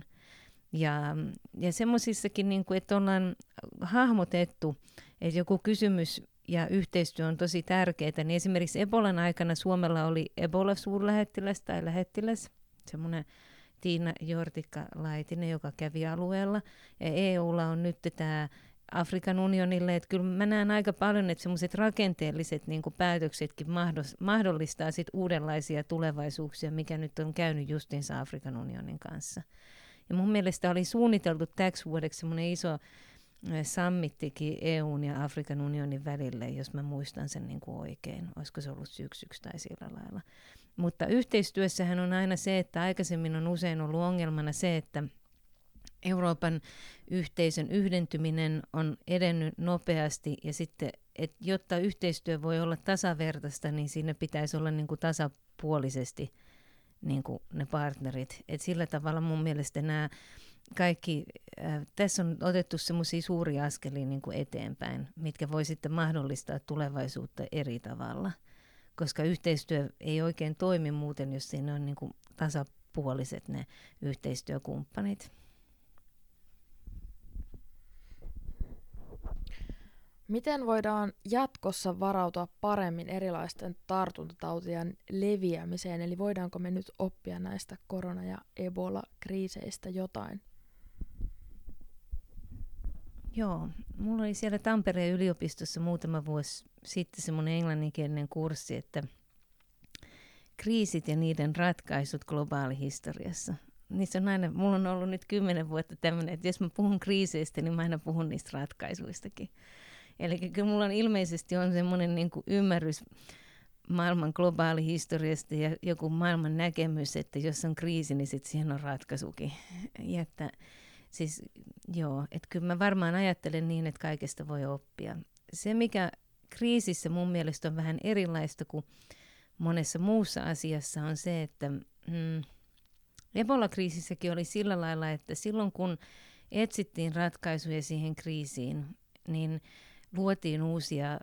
Ja, ja semmoisissakin, niin kuin, että ollaan hahmotettu, että joku kysymys ja yhteistyö on tosi tärkeää, niin esimerkiksi Ebolan aikana Suomella oli Ebola-suurlähettiläs tai lähettiläs, semmoinen Tiina Jortikka-Laitinen, joka kävi alueella. Ja E U:lla on nyt tämä Afrikan unionille, että kyllä mä näen aika paljon, että semmoiset rakenteelliset niin kuin päätöksetkin mahdollistaa sit uudenlaisia tulevaisuuksia, mikä nyt on käynyt justiinsa Afrikan unionin kanssa. Ja mun mielestä oli suunniteltu täksi vuodeksi semmoinen iso sammittikin E U:n ja Afrikan unionin välille, jos mä muistan sen niin kuin oikein. Olisiko se ollut syksyksi tai sillä lailla. Mutta yhteistyössähän on aina se, että aikaisemmin on usein ollut ongelmana se, että Euroopan yhteisön yhdentyminen on edennyt nopeasti ja sitten, että jotta yhteistyö voi olla tasavertaista, niin siinä pitäisi olla niin kuin tasapuolisesti niin kuin ne partnerit. Et sillä tavalla mun mielestä nämä kaikki, äh, tässä on otettu semmoisia suuria askelia niin kuin eteenpäin, mitkä voi sitten mahdollistaa tulevaisuutta eri tavalla, koska yhteistyö ei oikein toimi muuten, jos siinä on niin kuin tasapuoliset ne yhteistyökumppanit. Miten voidaan jatkossa varautua paremmin erilaisten tartuntatautien leviämiseen, eli voidaanko me nyt oppia näistä korona- ja Ebola-kriiseistä jotain? Joo, mulla oli siellä Tampereen yliopistossa muutama vuosi sitten semmoinen englanninkielinen kurssi, että kriisit ja niiden ratkaisut globaalihistoriassa. Niissä on aina, mulla on ollut nyt kymmenen vuotta tämmöinen, että jos mä puhun kriiseistä, niin mä aina puhun niistä ratkaisuistakin. Eli kyllä mulla on ilmeisesti on semmoinen niin kuin ymmärrys maailman globaalihistoriasta ja joku maailman näkemys, että jos on kriisi, niin sitten siihen on ratkaisukin. Ja että, siis, joo, että kyllä mä varmaan ajattelen niin, että kaikesta voi oppia. Se, mikä kriisissä mun mielestä on vähän erilaista kuin monessa muussa asiassa, on se, että mm, Ebola-kriisissäkin oli sillä lailla, että silloin kun etsittiin ratkaisuja siihen kriisiin, niin luotiin uusia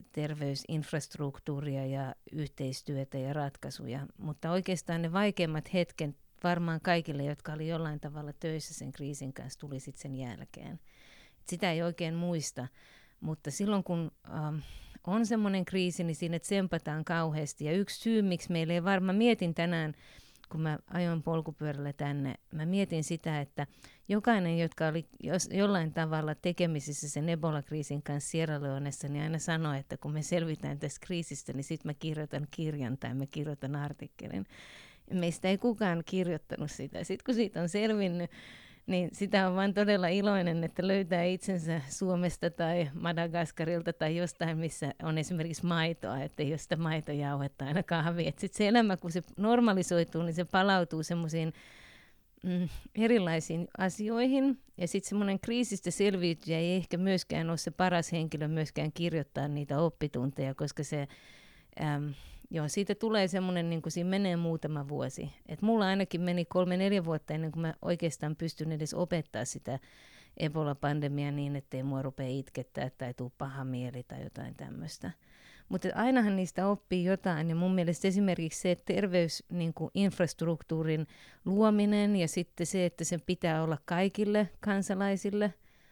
terveysinfrastruktuuria ja yhteistyötä ja ratkaisuja, mutta oikeastaan ne vaikeimmat hetket varmaan kaikille, jotka oli jollain tavalla töissä sen kriisin kanssa, tuli sitten sen jälkeen. Sitä ei oikein muista, mutta silloin kun ähm, on semmoinen kriisi, niin siinä tsempataan kauheasti. Ja yksi syy, miksi meillä ei varmaan, mietin tänään, kun mä ajoin polkupyörällä tänne, mä mietin sitä, että jokainen, jotka oli jos, jollain tavalla tekemisissä sen Ebola-kriisin kanssa Sierra Leonessa, niin aina sanoi, että kun me selvitään tästä kriisistä, niin sitten mä kirjoitan kirjan tai mä kirjoitan artikkelin. Meistä ei kukaan kirjoittanut sitä. Sitten kun siitä on selvinnyt, niin sitä on vaan todella iloinen, että löytää itsensä Suomesta tai Madagaskarilta tai jostain, missä on esimerkiksi maitoa, että ei ole sitä maitojauhetta aina kahvia. Sitten se elämä, kun se normalisoituu, niin se palautuu semmoisiin mm, erilaisiin asioihin. Ja sitten semmoinen kriisistä selviytyjä ei ehkä myöskään ole se paras henkilö myöskään kirjoittaa niitä oppitunteja, koska se... Äm, Joo, siitä tulee semmoinen, niin kuin siinä menee muutama vuosi. Et mulla ainakin meni kolme, neljä vuotta ennen kuin mä oikeastaan pystyn edes opettaa sitä Ebola-pandemiaa niin, ettei mua rupea itkettää tai tuu paha mieli tai jotain tämmöistä. Mutta ainahan niistä oppii jotain, ja mun mielestä esimerkiksi se terveysinfrastruktuurin niin luominen ja sitten se, että sen pitää olla kaikille kansalaisille.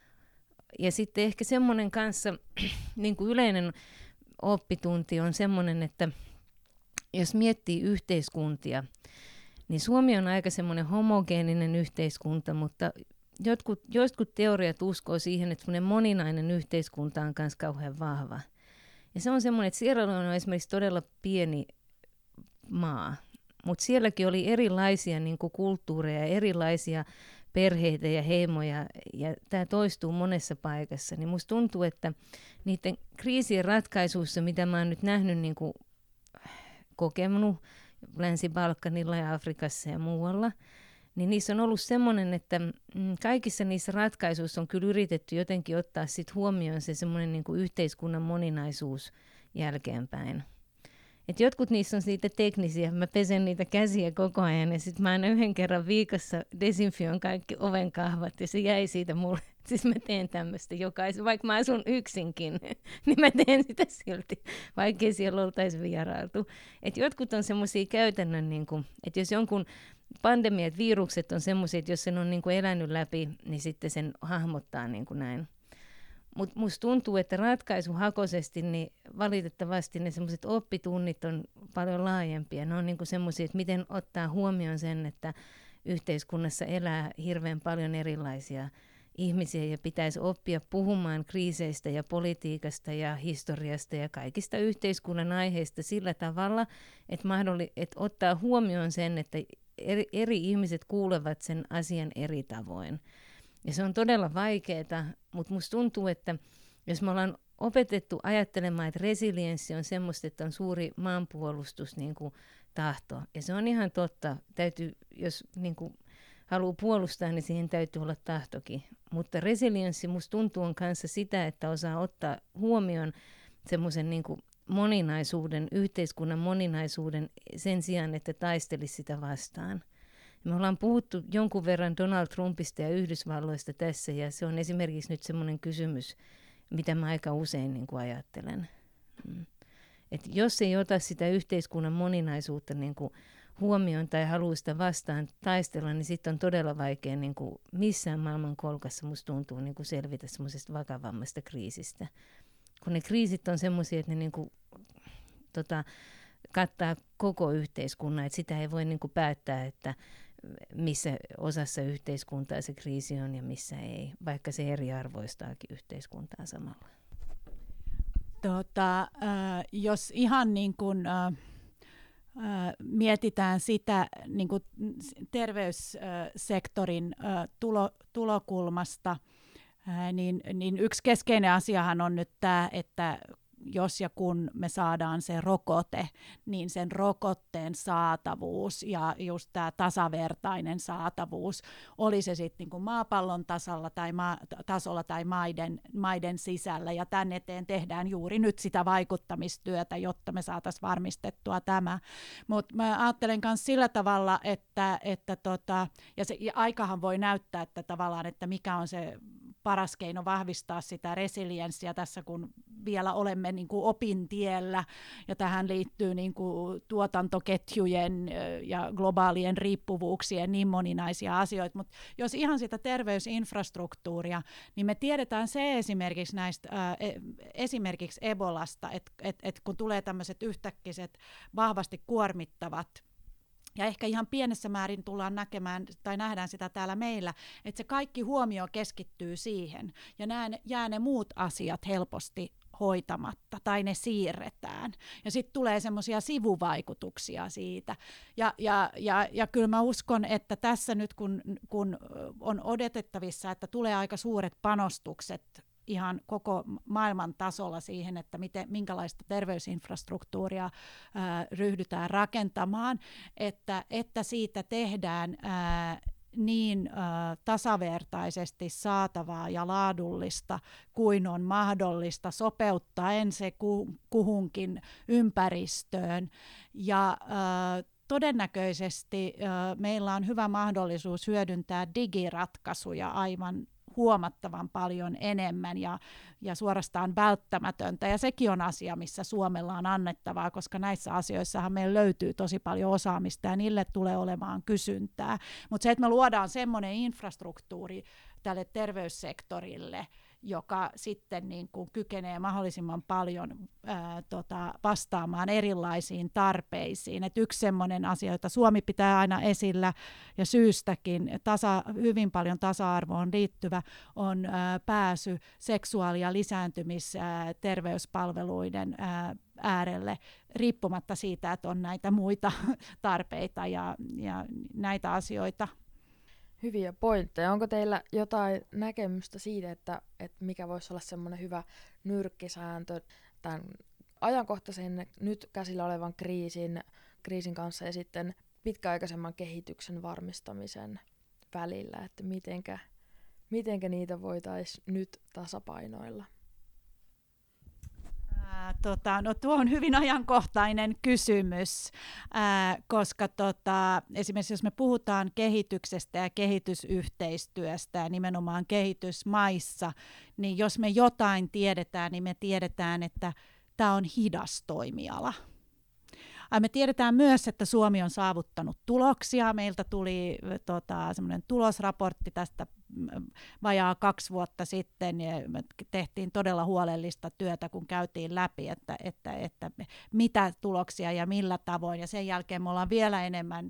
Ja sitten ehkä semmoinen kanssa niin kuin yleinen oppitunti on semmoinen, että jos miettii yhteiskuntia, niin Suomi on aika semmoinen homogeeninen yhteiskunta, mutta jotkut, jotkut teoriat uskoo siihen, että semmoinen moninainen yhteiskunta on myös kauhean vahva. Ja se on semmoinen, että Sierra Leone on esimerkiksi todella pieni maa, mutta sielläkin oli erilaisia niin kuin kulttuureja, erilaisia perheitä ja heimoja, ja tämä toistuu monessa paikassa. Niin musta tuntuu, että niiden kriisien ratkaisuissa, mitä mä oon nyt nähnyt niin kuin kokenut Länsi-Balkanilla ja Afrikassa ja muualla, niin niissä on ollut semmoinen, että kaikissa niissä ratkaisuissa on kyllä yritetty jotenkin ottaa sit huomioon se semmoinen niin kuin yhteiskunnan moninaisuus jälkeenpäin. Et jotkut niissä on siitä teknisiä, mä pesen niitä käsiä koko ajan ja sitten mä aina yhden kerran viikossa desinfioin kaikki ovenkahvat ja se jäi siitä mulle. Siis mä teen tämmöistä jokaisen, vaikka mä asun yksinkin, niin mä teen sitä silti, vaikkei siellä oltaisi vierailtu. Et jotkut on semmoisia käytännön, niin kun, että jos jonkun pandemiat, virukset on semmoisia, että jos sen on niin kun elänyt läpi, niin sitten sen hahmottaa niin kun näin. Mutta musta tuntuu, että ratkaisuhakoisesti niin valitettavasti ne semmoiset oppitunnit on paljon laajempia. Ne on niinku semmoisia, että miten ottaa huomioon sen, että yhteiskunnassa elää hirveän paljon erilaisia ihmisiä ja pitäisi oppia puhumaan kriiseistä ja politiikasta ja historiasta ja kaikista yhteiskunnan aiheista sillä tavalla, että, mahdolli- että ottaa huomioon sen, että eri, eri ihmiset kuulevat sen asian eri tavoin. Ja se on todella vaikeaa, mutta musta tuntuu, että jos me ollaan opetettu ajattelemaan, että resilienssi on semmoista, että on suuri maanpuolustus niin kuin tahto. Ja se on ihan totta. Täytyy, jos niin kuin haluaa puolustaa, niin siihen täytyy olla tahtokin. Mutta resilienssi musta tuntuu on kanssa sitä, että osaa ottaa huomioon semmoisen niin kuin moninaisuuden, yhteiskunnan moninaisuuden sen sijaan, että taistelisi sitä vastaan. Me ollaan puhuttu jonkun verran Donald Trumpista ja Yhdysvalloista tässä, ja se on esimerkiksi nyt semmoinen kysymys, mitä mä aika usein niin kuin ajattelen. Mm. Et jos ei ota sitä yhteiskunnan moninaisuutta niin kuin huomioon tai halua sitä vastaan taistella, niin sitten on todella vaikea niin kuin missään maailman kolkassa musta tuntuu niin kuin selvitä semmoisesta vakavammasta kriisistä. Kun ne kriisit on semmoisia, että ne niin kuin, tota, kattaa koko yhteiskunnan, että sitä ei voi niin kuin päättää, että missä osassa yhteiskuntaa se kriisi on ja missä ei, vaikka se eriarvoistaakin yhteiskuntaa samalla. Tota, äh, jos ihan niin kuin, äh, äh, mietitään sitä niin kuin terveyssektorin äh, tulo, tulokulmasta, äh, niin, niin yksi keskeinen asiahan on nyt tämä, että jos ja kun me saadaan se rokote, niin sen rokotteen saatavuus ja just tämä tasavertainen saatavuus, oli se sitten niinku maapallon tasalla tai maa, tasolla tai maiden, maiden sisällä. Ja tämän eteen tehdään juuri nyt sitä vaikuttamistyötä, jotta me saataisiin varmistettua tämä. Mutta mä ajattelen myös sillä tavalla, että, että tota, ja, se, ja aikahan voi näyttää, että tavallaan, että mikä on se paras keino vahvistaa sitä resilienssiä tässä, kun vielä olemme niin kuin opintiellä, ja tähän liittyy niin kuin tuotantoketjujen ja globaalien riippuvuuksien niin moninaisia asioita, mutta jos ihan sitä terveysinfrastruktuuria, niin me tiedetään se esimerkiksi näistä, äh, esimerkiksi Ebolasta, että et, et kun tulee tämmöiset yhtäkkiset vahvasti kuormittavat, ja ehkä ihan pienessä määrin tullaan näkemään, tai nähdään sitä täällä meillä, että se kaikki huomio keskittyy siihen, ja nää, jää ne muut asiat helposti hoitamatta, tai ne siirretään. Ja sitten tulee semmoisia sivuvaikutuksia siitä. Ja, ja, ja, ja kyllä mä uskon, että tässä nyt, kun, kun on odotettavissa, että tulee aika suuret panostukset ihan koko maailman tasolla siihen, että miten, minkälaista terveysinfrastruktuuria ää, ryhdytään rakentamaan, että, että siitä tehdään ää, niin ää, tasavertaisesti saatavaa ja laadullista kuin on mahdollista, sopeuttaen se ku, kuhunkin ympäristöön. Ja ää, todennäköisesti ää, meillä on hyvä mahdollisuus hyödyntää digiratkaisuja aivan huomattavan paljon enemmän ja, ja suorastaan välttämätöntä. Ja sekin on asia, missä Suomella on annettavaa, koska näissä asioissahan meillä löytyy tosi paljon osaamista ja niille tulee olemaan kysyntää. Mutta se, että me luodaan semmoinen infrastruktuuri tälle terveyssektorille, joka sitten niin kuin kykenee mahdollisimman paljon ää, tota, vastaamaan erilaisiin tarpeisiin. Et yksi semmoinen asia, jota Suomi pitää aina esillä ja syystäkin, tasa, hyvin paljon tasa-arvoon liittyvä, on ää, pääsy seksuaali- ja lisääntymisterveyspalveluiden äärelle, riippumatta siitä, että on näitä muita tarpeita ja, ja näitä asioita. Hyviä pointteja. Onko teillä jotain näkemystä siitä, että, että mikä voisi olla semmoinen hyvä nyrkkisääntö tämän ajankohtaisen nyt käsillä olevan kriisin, kriisin kanssa ja sitten pitkäaikaisemman kehityksen varmistamisen välillä, että mitenkä, mitenkä niitä voitaisiin nyt tasapainoilla? Tota, no tuo on hyvin ajankohtainen kysymys, ää, koska tota, esimerkiksi jos me puhutaan kehityksestä ja kehitysyhteistyöstä ja nimenomaan kehitysmaissa, niin jos me jotain tiedetään, niin me tiedetään, että tämä on hidas toimiala. Me tiedetään myös, että Suomi on saavuttanut tuloksia. Meiltä tuli tota, semmoinen tulosraportti tästä vajaa kaksi vuotta sitten, ja me tehtiin todella huolellista työtä, kun käytiin läpi, että, että, että mitä tuloksia ja millä tavoin, ja sen jälkeen me ollaan vielä enemmän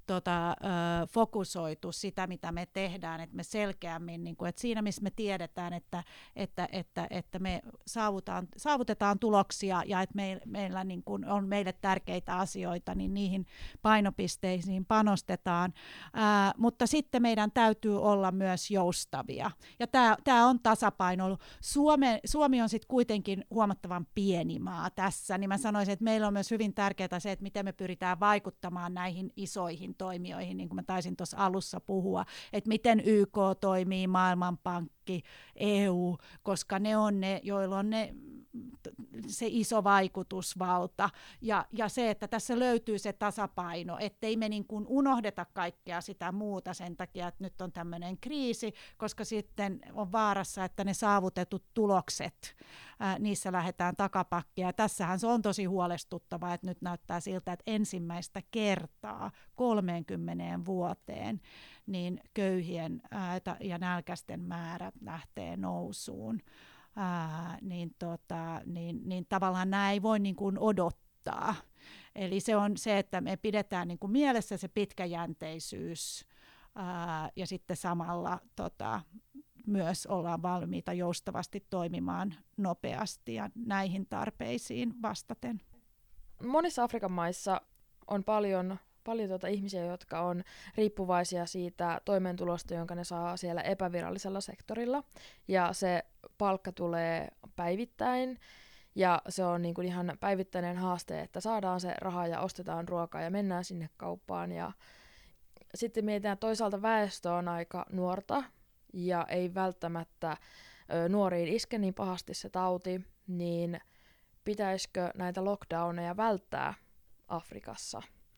tota, ö, fokusoitu sitä, mitä me tehdään, että me selkeämmin, niin kuin, että siinä missä me tiedetään, että, että, että, että me saavutaan, saavutetaan tuloksia ja että me, meillä niin kuin on meille tärkeitä asioita, niin niihin painopisteisiin panostetaan, ää, mutta sitten meidän täytyy olla myös joustavia. Ja tämä, tämä on tasapaino. Suome, Suomi on sitten kuitenkin huomattavan pieni maa tässä, niin mä sanoisin, että meillä on myös hyvin tärkeää se, että miten me pyritään vaikuttamaan näihin isoihin toimijoihin, niin kuin mä taisin tuossa alussa puhua, että miten Y K toimii, Maailmanpankki, E U, koska ne on ne, joilla on ne, se iso vaikutusvalta ja, ja se, että tässä löytyy se tasapaino, ettei me niin kuin unohdeta kaikkea sitä muuta sen takia, että nyt on tämmöinen kriisi, koska sitten on vaarassa, että ne saavutetut tulokset, ää, niissä lähdetään takapakkia. Ja tässähän se on tosi huolestuttavaa, että nyt näyttää siltä, että ensimmäistä kertaa kolmeenkymmeneen vuoteen niin köyhien ää, ja nälkäisten määrät lähtee nousuun. Ää, niin, tota, niin, niin tavallaan nämä ei voi niin kuin odottaa. Eli se on se, että me pidetään niin kuin mielessä se pitkäjänteisyys ää, ja sitten samalla tota, myös ollaan valmiita joustavasti toimimaan nopeasti ja näihin tarpeisiin vastaten. Monissa Afrikan maissa on paljon, paljon tuota ihmisiä, jotka on riippuvaisia siitä toimeentulosta, jonka ne saa siellä epävirallisella sektorilla. Ja se palkka tulee päivittäin. Ja se on niin kuin ihan päivittäinen haaste, että saadaan se raha ja ostetaan ruokaa ja mennään sinne kauppaan. Ja sitten mietitään, toisaalta väestö on aika nuorta ja ei välttämättä ö, nuoriin iske niin pahasti se tauti, niin pitäisikö näitä lockdowneja välttää Afrikassa?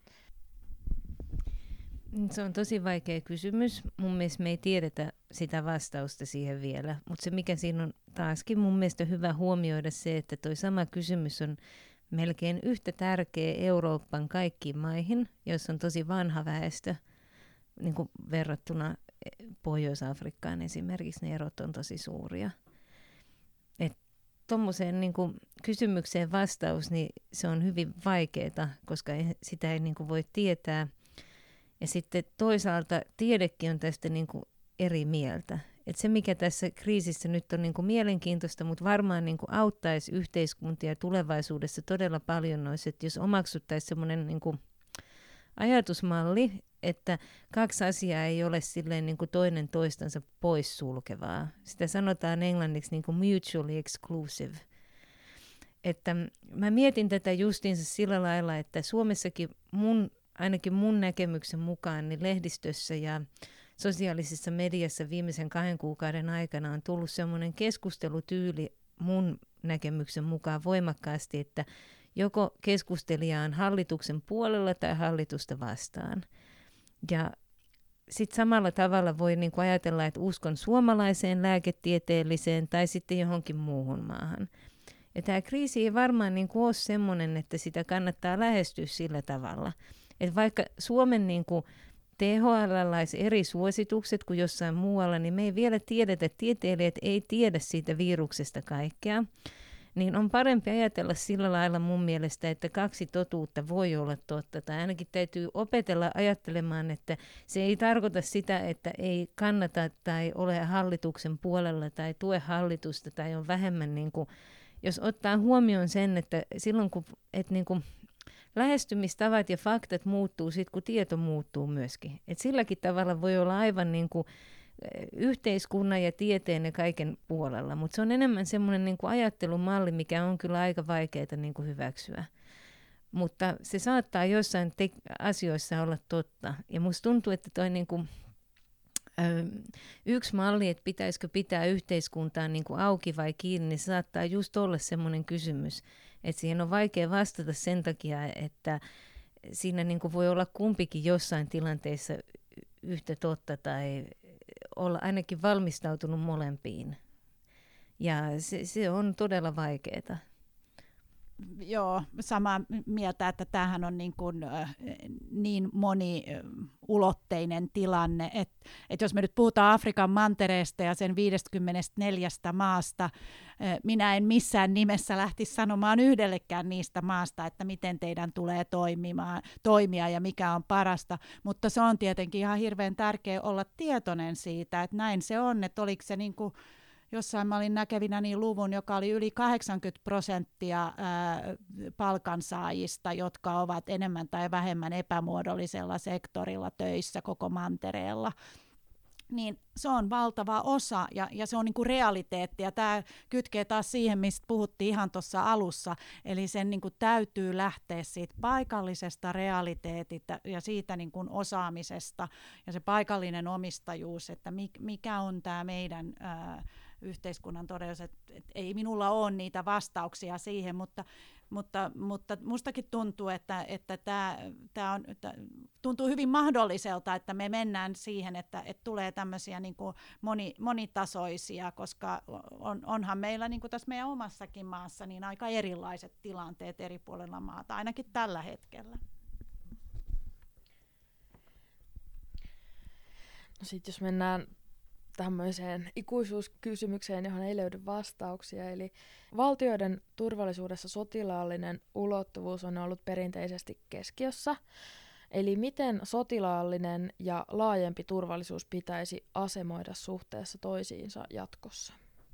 Se on tosi vaikea kysymys. Mun mielestä me ei tiedetä sitä vastausta siihen vielä, mutta se mikä siinä on taaskin mun mielestä hyvä huomioida se, että toi sama kysymys on melkein yhtä tärkeä Euroopan kaikkiin maihin, joissa on tosi vanha väestö, niin kuin verrattuna Pohjois-Afrikkaan esimerkiksi, ne erot on tosi suuria. Että tuommoiseen niin kuin kysymykseen vastaus, niin se on hyvin vaikeaa, koska sitä ei niin kuin voi tietää. Ja sitten toisaalta tiedekin on tästä niin kuin eri mieltä. Et se, mikä tässä kriisissä nyt on niin kuin mielenkiintoista, mutta varmaan niin kuin auttaisi yhteiskuntia tulevaisuudessa todella paljon, olisi, että jos omaksuttaisiin semmoinen niin kuin ajatusmalli, että kaksi asiaa ei ole silleen niin kuin toinen toistansa poissulkevaa. Sitä sanotaan englanniksi niin kuin mutually exclusive. Että mä mietin tätä justiinsa sillä lailla, että Suomessakin mun ainakin mun näkemyksen mukaan niin lehdistössä ja sosiaalisessa mediassa viimeisen kahden kuukauden aikana on tullut semmoinen keskustelutyyli mun näkemyksen mukaan voimakkaasti, että joko keskustelija on hallituksen puolella tai hallitusta vastaan. Ja sitten samalla tavalla voi niinku ajatella, että uskon suomalaiseen lääketieteelliseen tai sitten johonkin muuhun maahan. Ja tämä kriisi ei varmaan niinku ole semmoinen, että sitä kannattaa lähestyä sillä tavalla. Et vaikka Suomen niin kuin T H L olisi eri suositukset kuin jossain muualla, niin me ei vielä tiedetä, että tieteilijät ei tiedä siitä viruksesta kaikkea. Niin on parempi ajatella sillä lailla mun mielestä, että kaksi totuutta voi olla totta. Tai ainakin täytyy opetella ajattelemaan, että se ei tarkoita sitä, että ei kannata tai ole hallituksen puolella tai tue hallitusta tai on vähemmän, niin kuin, jos ottaa huomioon sen, että silloin kun et niin kuin lähestymistavat ja faktat muuttuu sitten, kun tieto muuttuu myöskin. Et silläkin tavalla voi olla aivan niin kuin yhteiskunnan ja tieteen ja kaiken puolella, mutta se on enemmän semmoinen niin kuin ajattelumalli, mikä on kyllä aika vaikeaa niin kuin hyväksyä. Mutta se saattaa joissain te- asioissa olla totta. Ja musta tuntuu, että toi niin kuin, ö, yksi malli, että pitäisikö pitää yhteiskuntaa niin kuin auki vai kiinni, niin se saattaa just olla semmoinen kysymys, että siihen on vaikea vastata sen takia, että siinä niin kuin voi olla kumpikin jossain tilanteessa yhtä totta tai olla ainakin valmistautunut molempiin. Ja se, se on todella vaikeaa. joo, samaa mieltä, että tämähän on niin, kuin, äh, niin moniulotteinen tilanne, että et jos me nyt puhutaan Afrikan mantereesta ja sen viidestäkymmenestäneljästä maasta, äh, minä en missään nimessä lähtisi sanomaan yhdellekään niistä maasta, että miten teidän tulee toimimaan, toimia ja mikä on parasta, mutta se on tietenkin ihan hirveän tärkeää olla tietoinen siitä, että näin se on, että oliko se niin kuin jossain mä olin näkevinäni luvun, joka oli yli kahdeksankymmentä prosenttia ää, palkansaajista, jotka ovat enemmän tai vähemmän epämuodollisella sektorilla töissä koko mantereella. Niin se on valtava osa ja, ja se on niinku realiteetti ja tämä kytkee taas siihen, mistä puhuttiin ihan tuossa alussa, eli sen niinku täytyy lähteä siitä paikallisesta realiteetista ja siitä niinku osaamisesta ja se paikallinen omistajuus, että mikä on tämä meidän ää, yhteiskunnan todellisuus, että et ei minulla ole niitä vastauksia siihen, mutta, mutta, mutta mustakin tuntuu, että, että tämä, tämä on, että tuntuu hyvin mahdolliselta, että me mennään siihen, että, että tulee tämmöisiä niin kuin moni, monitasoisia, koska on, onhan meillä niin kuin tässä meidän omassakin maassa niin aika erilaiset tilanteet eri puolilla maata, ainakin tällä hetkellä. No sit jos mennään tämmöiseen ikuisuuskysymykseen, johon ei löydy vastauksia. Eli valtioiden turvallisuudessa sotilaallinen ulottuvuus on ollut perinteisesti keskiössä. Eli miten sotilaallinen ja laajempi turvallisuus pitäisi asemoida suhteessa toisiinsa jatkossa?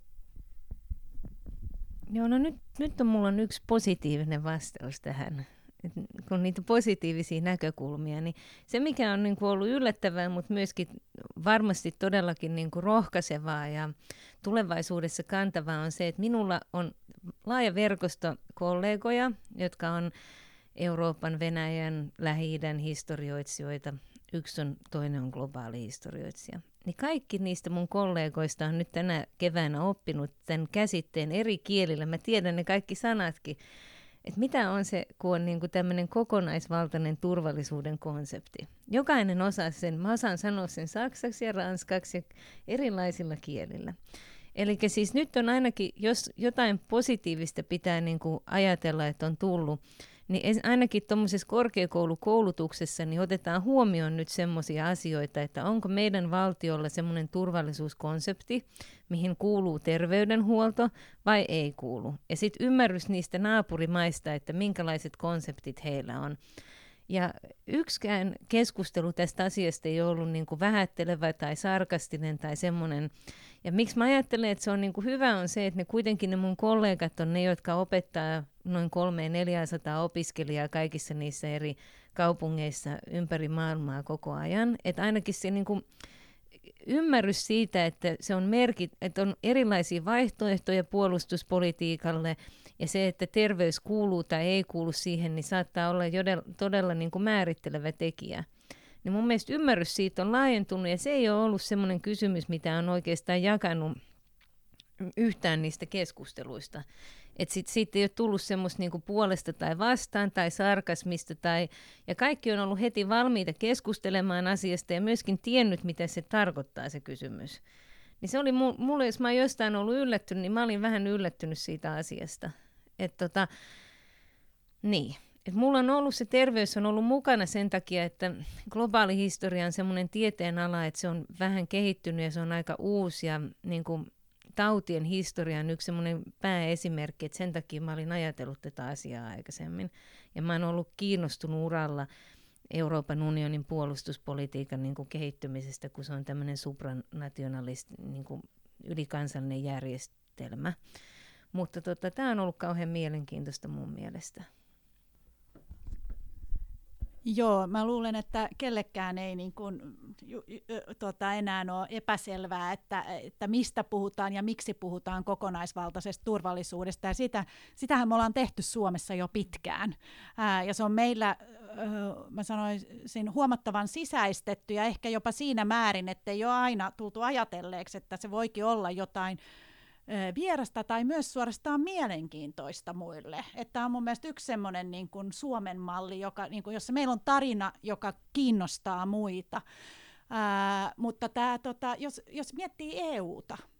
Joo, no nyt, nyt on mulla on yksi positiivinen vastaus tähän. Et kun on niitä positiivisia näkökulmia, niin se mikä on niin kuin ollut yllättävää, mutta myöskin varmasti todellakin niin kuin rohkaisevaa ja tulevaisuudessa kantavaa on se, että minulla on laaja verkosto kollegoja, jotka on Euroopan, Venäjän, Lähi-idän historioitsijoita. Yksi on, toinen on globaali historioitsija. Niin kaikki niistä mun kollegoista on nyt tänä keväänä oppinut tämän käsitteen eri kielillä. Mä tiedän ne kaikki sanatkin. Että mitä on se, kun on niinku tämmöinen kokonaisvaltainen turvallisuuden konsepti. Jokainen osaa sen, mä osaan sanoa sen saksaksi ja ranskaksi ja erilaisilla kielillä. Eli siis nyt on ainakin, jos jotain positiivista pitää niinku ajatella, että on tullut, niin ainakin tuommoisessa korkeakoulukoulutuksessa niin otetaan huomioon nyt semmoisia asioita, että onko meidän valtiolla semmoinen turvallisuuskonsepti, mihin kuuluu terveydenhuolto vai ei kuulu. Ja sitten ymmärrys niistä naapurimaista, että minkälaiset konseptit heillä on. Ja yksikään keskustelu tästä asiasta ei ollut niin kuin vähättelevä tai sarkastinen tai semmoinen. Ja miksi mä ajattelen, että se on niin kuin hyvä on se, että ne kuitenkin ne mun kollegat on ne, jotka opettaa noin kolme neljäsataa opiskelijaa kaikissa niissä eri kaupungeissa ympäri maailmaa koko ajan. Että ainakin se niin kuin ymmärrys siitä, että se on merkit, että on erilaisia vaihtoehtoja puolustuspolitiikalle ja se, että terveys kuuluu tai ei kuulu siihen, niin saattaa olla jodella, todella niin kuin määrittelevä tekijä. Niin mun mielestä ymmärrys siitä on laajentunut ja se ei ole ollut semmoinen kysymys, mitä on oikeastaan jakanut yhtään niistä keskusteluista. Että sit, siitä ei ole tullut semmoista niinku puolesta tai vastaan tai sarkasmista tai, ja kaikki on ollut heti valmiita keskustelemaan asiasta ja myöskin tiennyt, mitä se tarkoittaa se kysymys. Niin se oli mulle, jos mä oon jostain ollut yllättynyt, niin mä olin vähän yllättynyt siitä asiasta. Että tota, niin. Et mulla on ollut se terveys on ollut mukana sen takia, että globaali historia on semmoinen tieteenala, että se on vähän kehittynyt ja se on aika uusi ja niin kuin tautien historian yksi semmoinen pääesimerkki, että sen takia mä olin ajatellut tätä asiaa aikaisemmin. Ja mä oon ollut kiinnostunut uralla Euroopan unionin puolustuspolitiikan niin kuin kehittymisestä, kun se on tämmöinen supranationalist, niin kuin ylikansallinen järjestelmä. Mutta tota, tämä on ollut kauhean mielenkiintoista mun mielestä. Joo, mä luulen, että kellekään ei niin kuin, ju, ju, tota, enää ole epäselvää, että, että mistä puhutaan ja miksi puhutaan kokonaisvaltaisesta turvallisuudesta. Ja sitä, sitähän me ollaan tehty Suomessa jo pitkään. Ää, ja se on meillä, mä sanoisin, huomattavan sisäistetty ja ehkä jopa siinä määrin, että ei ole aina tultu ajatelleeksi, että se voikin olla jotain vierasta tai myös suorastaan mielenkiintoista muille. Tämä on mun mielestä yksi semmoinen niin kuin Suomen malli, joka, niin kuin, jossa meillä on tarina, joka kiinnostaa muita. Ää, mutta tää, tota, jos, jos miettii E U:ta,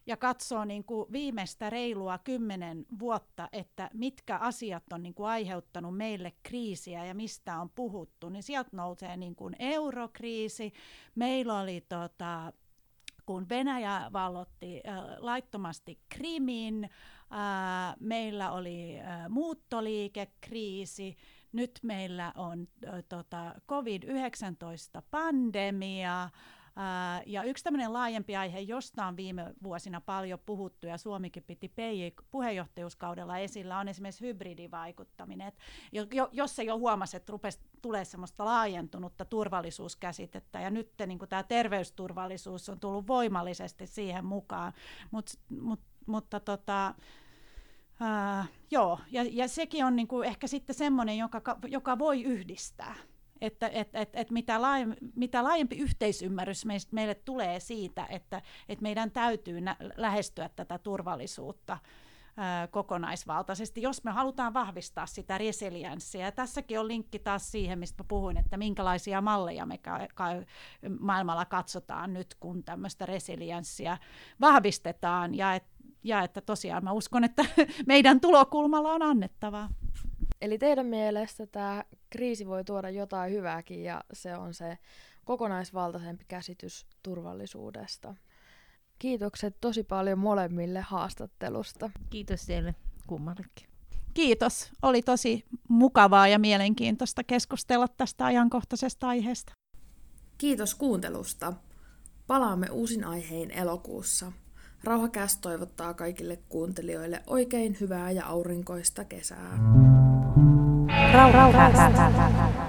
ja katsoo niin kuin viimeistä reilua kymmenen vuotta, että mitkä asiat on niin kuin aiheuttanut meille kriisiä ja mistä on puhuttu, niin sieltä nousee niin kuin eurokriisi. Meillä oli tota, kun Venäjä vallotti äh, laittomasti Krimin, äh, meillä oli äh, muuttoliikekriisi, nyt meillä on äh, tota, covid yhdeksäntoista-pandemia, äh, ja yksi tämmöinen laajempi aihe, josta on viime vuosina paljon puhuttu, ja Suomikin piti P J puheenjohtajuuskaudella esillä, on esimerkiksi hybridivaikuttaminen. Et jo, jos ei ole huomasi, että rupesi tulee semmoista laajentunutta turvallisuuskäsitettä, ja nyt niin tämä terveysturvallisuus on tullut voimallisesti siihen mukaan, Mut, mut, mutta tota, ää, joo, ja, ja sekin on niin kuin ehkä sitten semmoinen, joka, joka voi yhdistää, että et, et, et mitä, laajempi, mitä laajempi yhteisymmärrys meistä, meille tulee siitä, että et meidän täytyy nä- lähestyä tätä turvallisuutta kokonaisvaltaisesti, jos me halutaan vahvistaa sitä resilienssiä. Ja tässäkin on linkki taas siihen, mistä puhuin, että minkälaisia malleja me ka- ka- maailmalla katsotaan nyt, kun tämmöistä resilienssiä vahvistetaan, ja, et, ja että tosiaan mä uskon, että meidän tulokulmalla on annettavaa. Eli teidän mielestä tämä kriisi voi tuoda jotain hyvääkin, ja se on se kokonaisvaltaisempi käsitys turvallisuudesta. Kiitokset tosi paljon molemmille haastattelusta. Kiitos teille kummallekin. Kiitos. Oli tosi mukavaa ja mielenkiintoista keskustella tästä ajankohtaisesta aiheesta. Kiitos kuuntelusta. Palaamme uusin aiheen elokuussa. Rauhacast toivottaa kaikille kuuntelijoille oikein hyvää ja aurinkoista kesää. Rauhacast.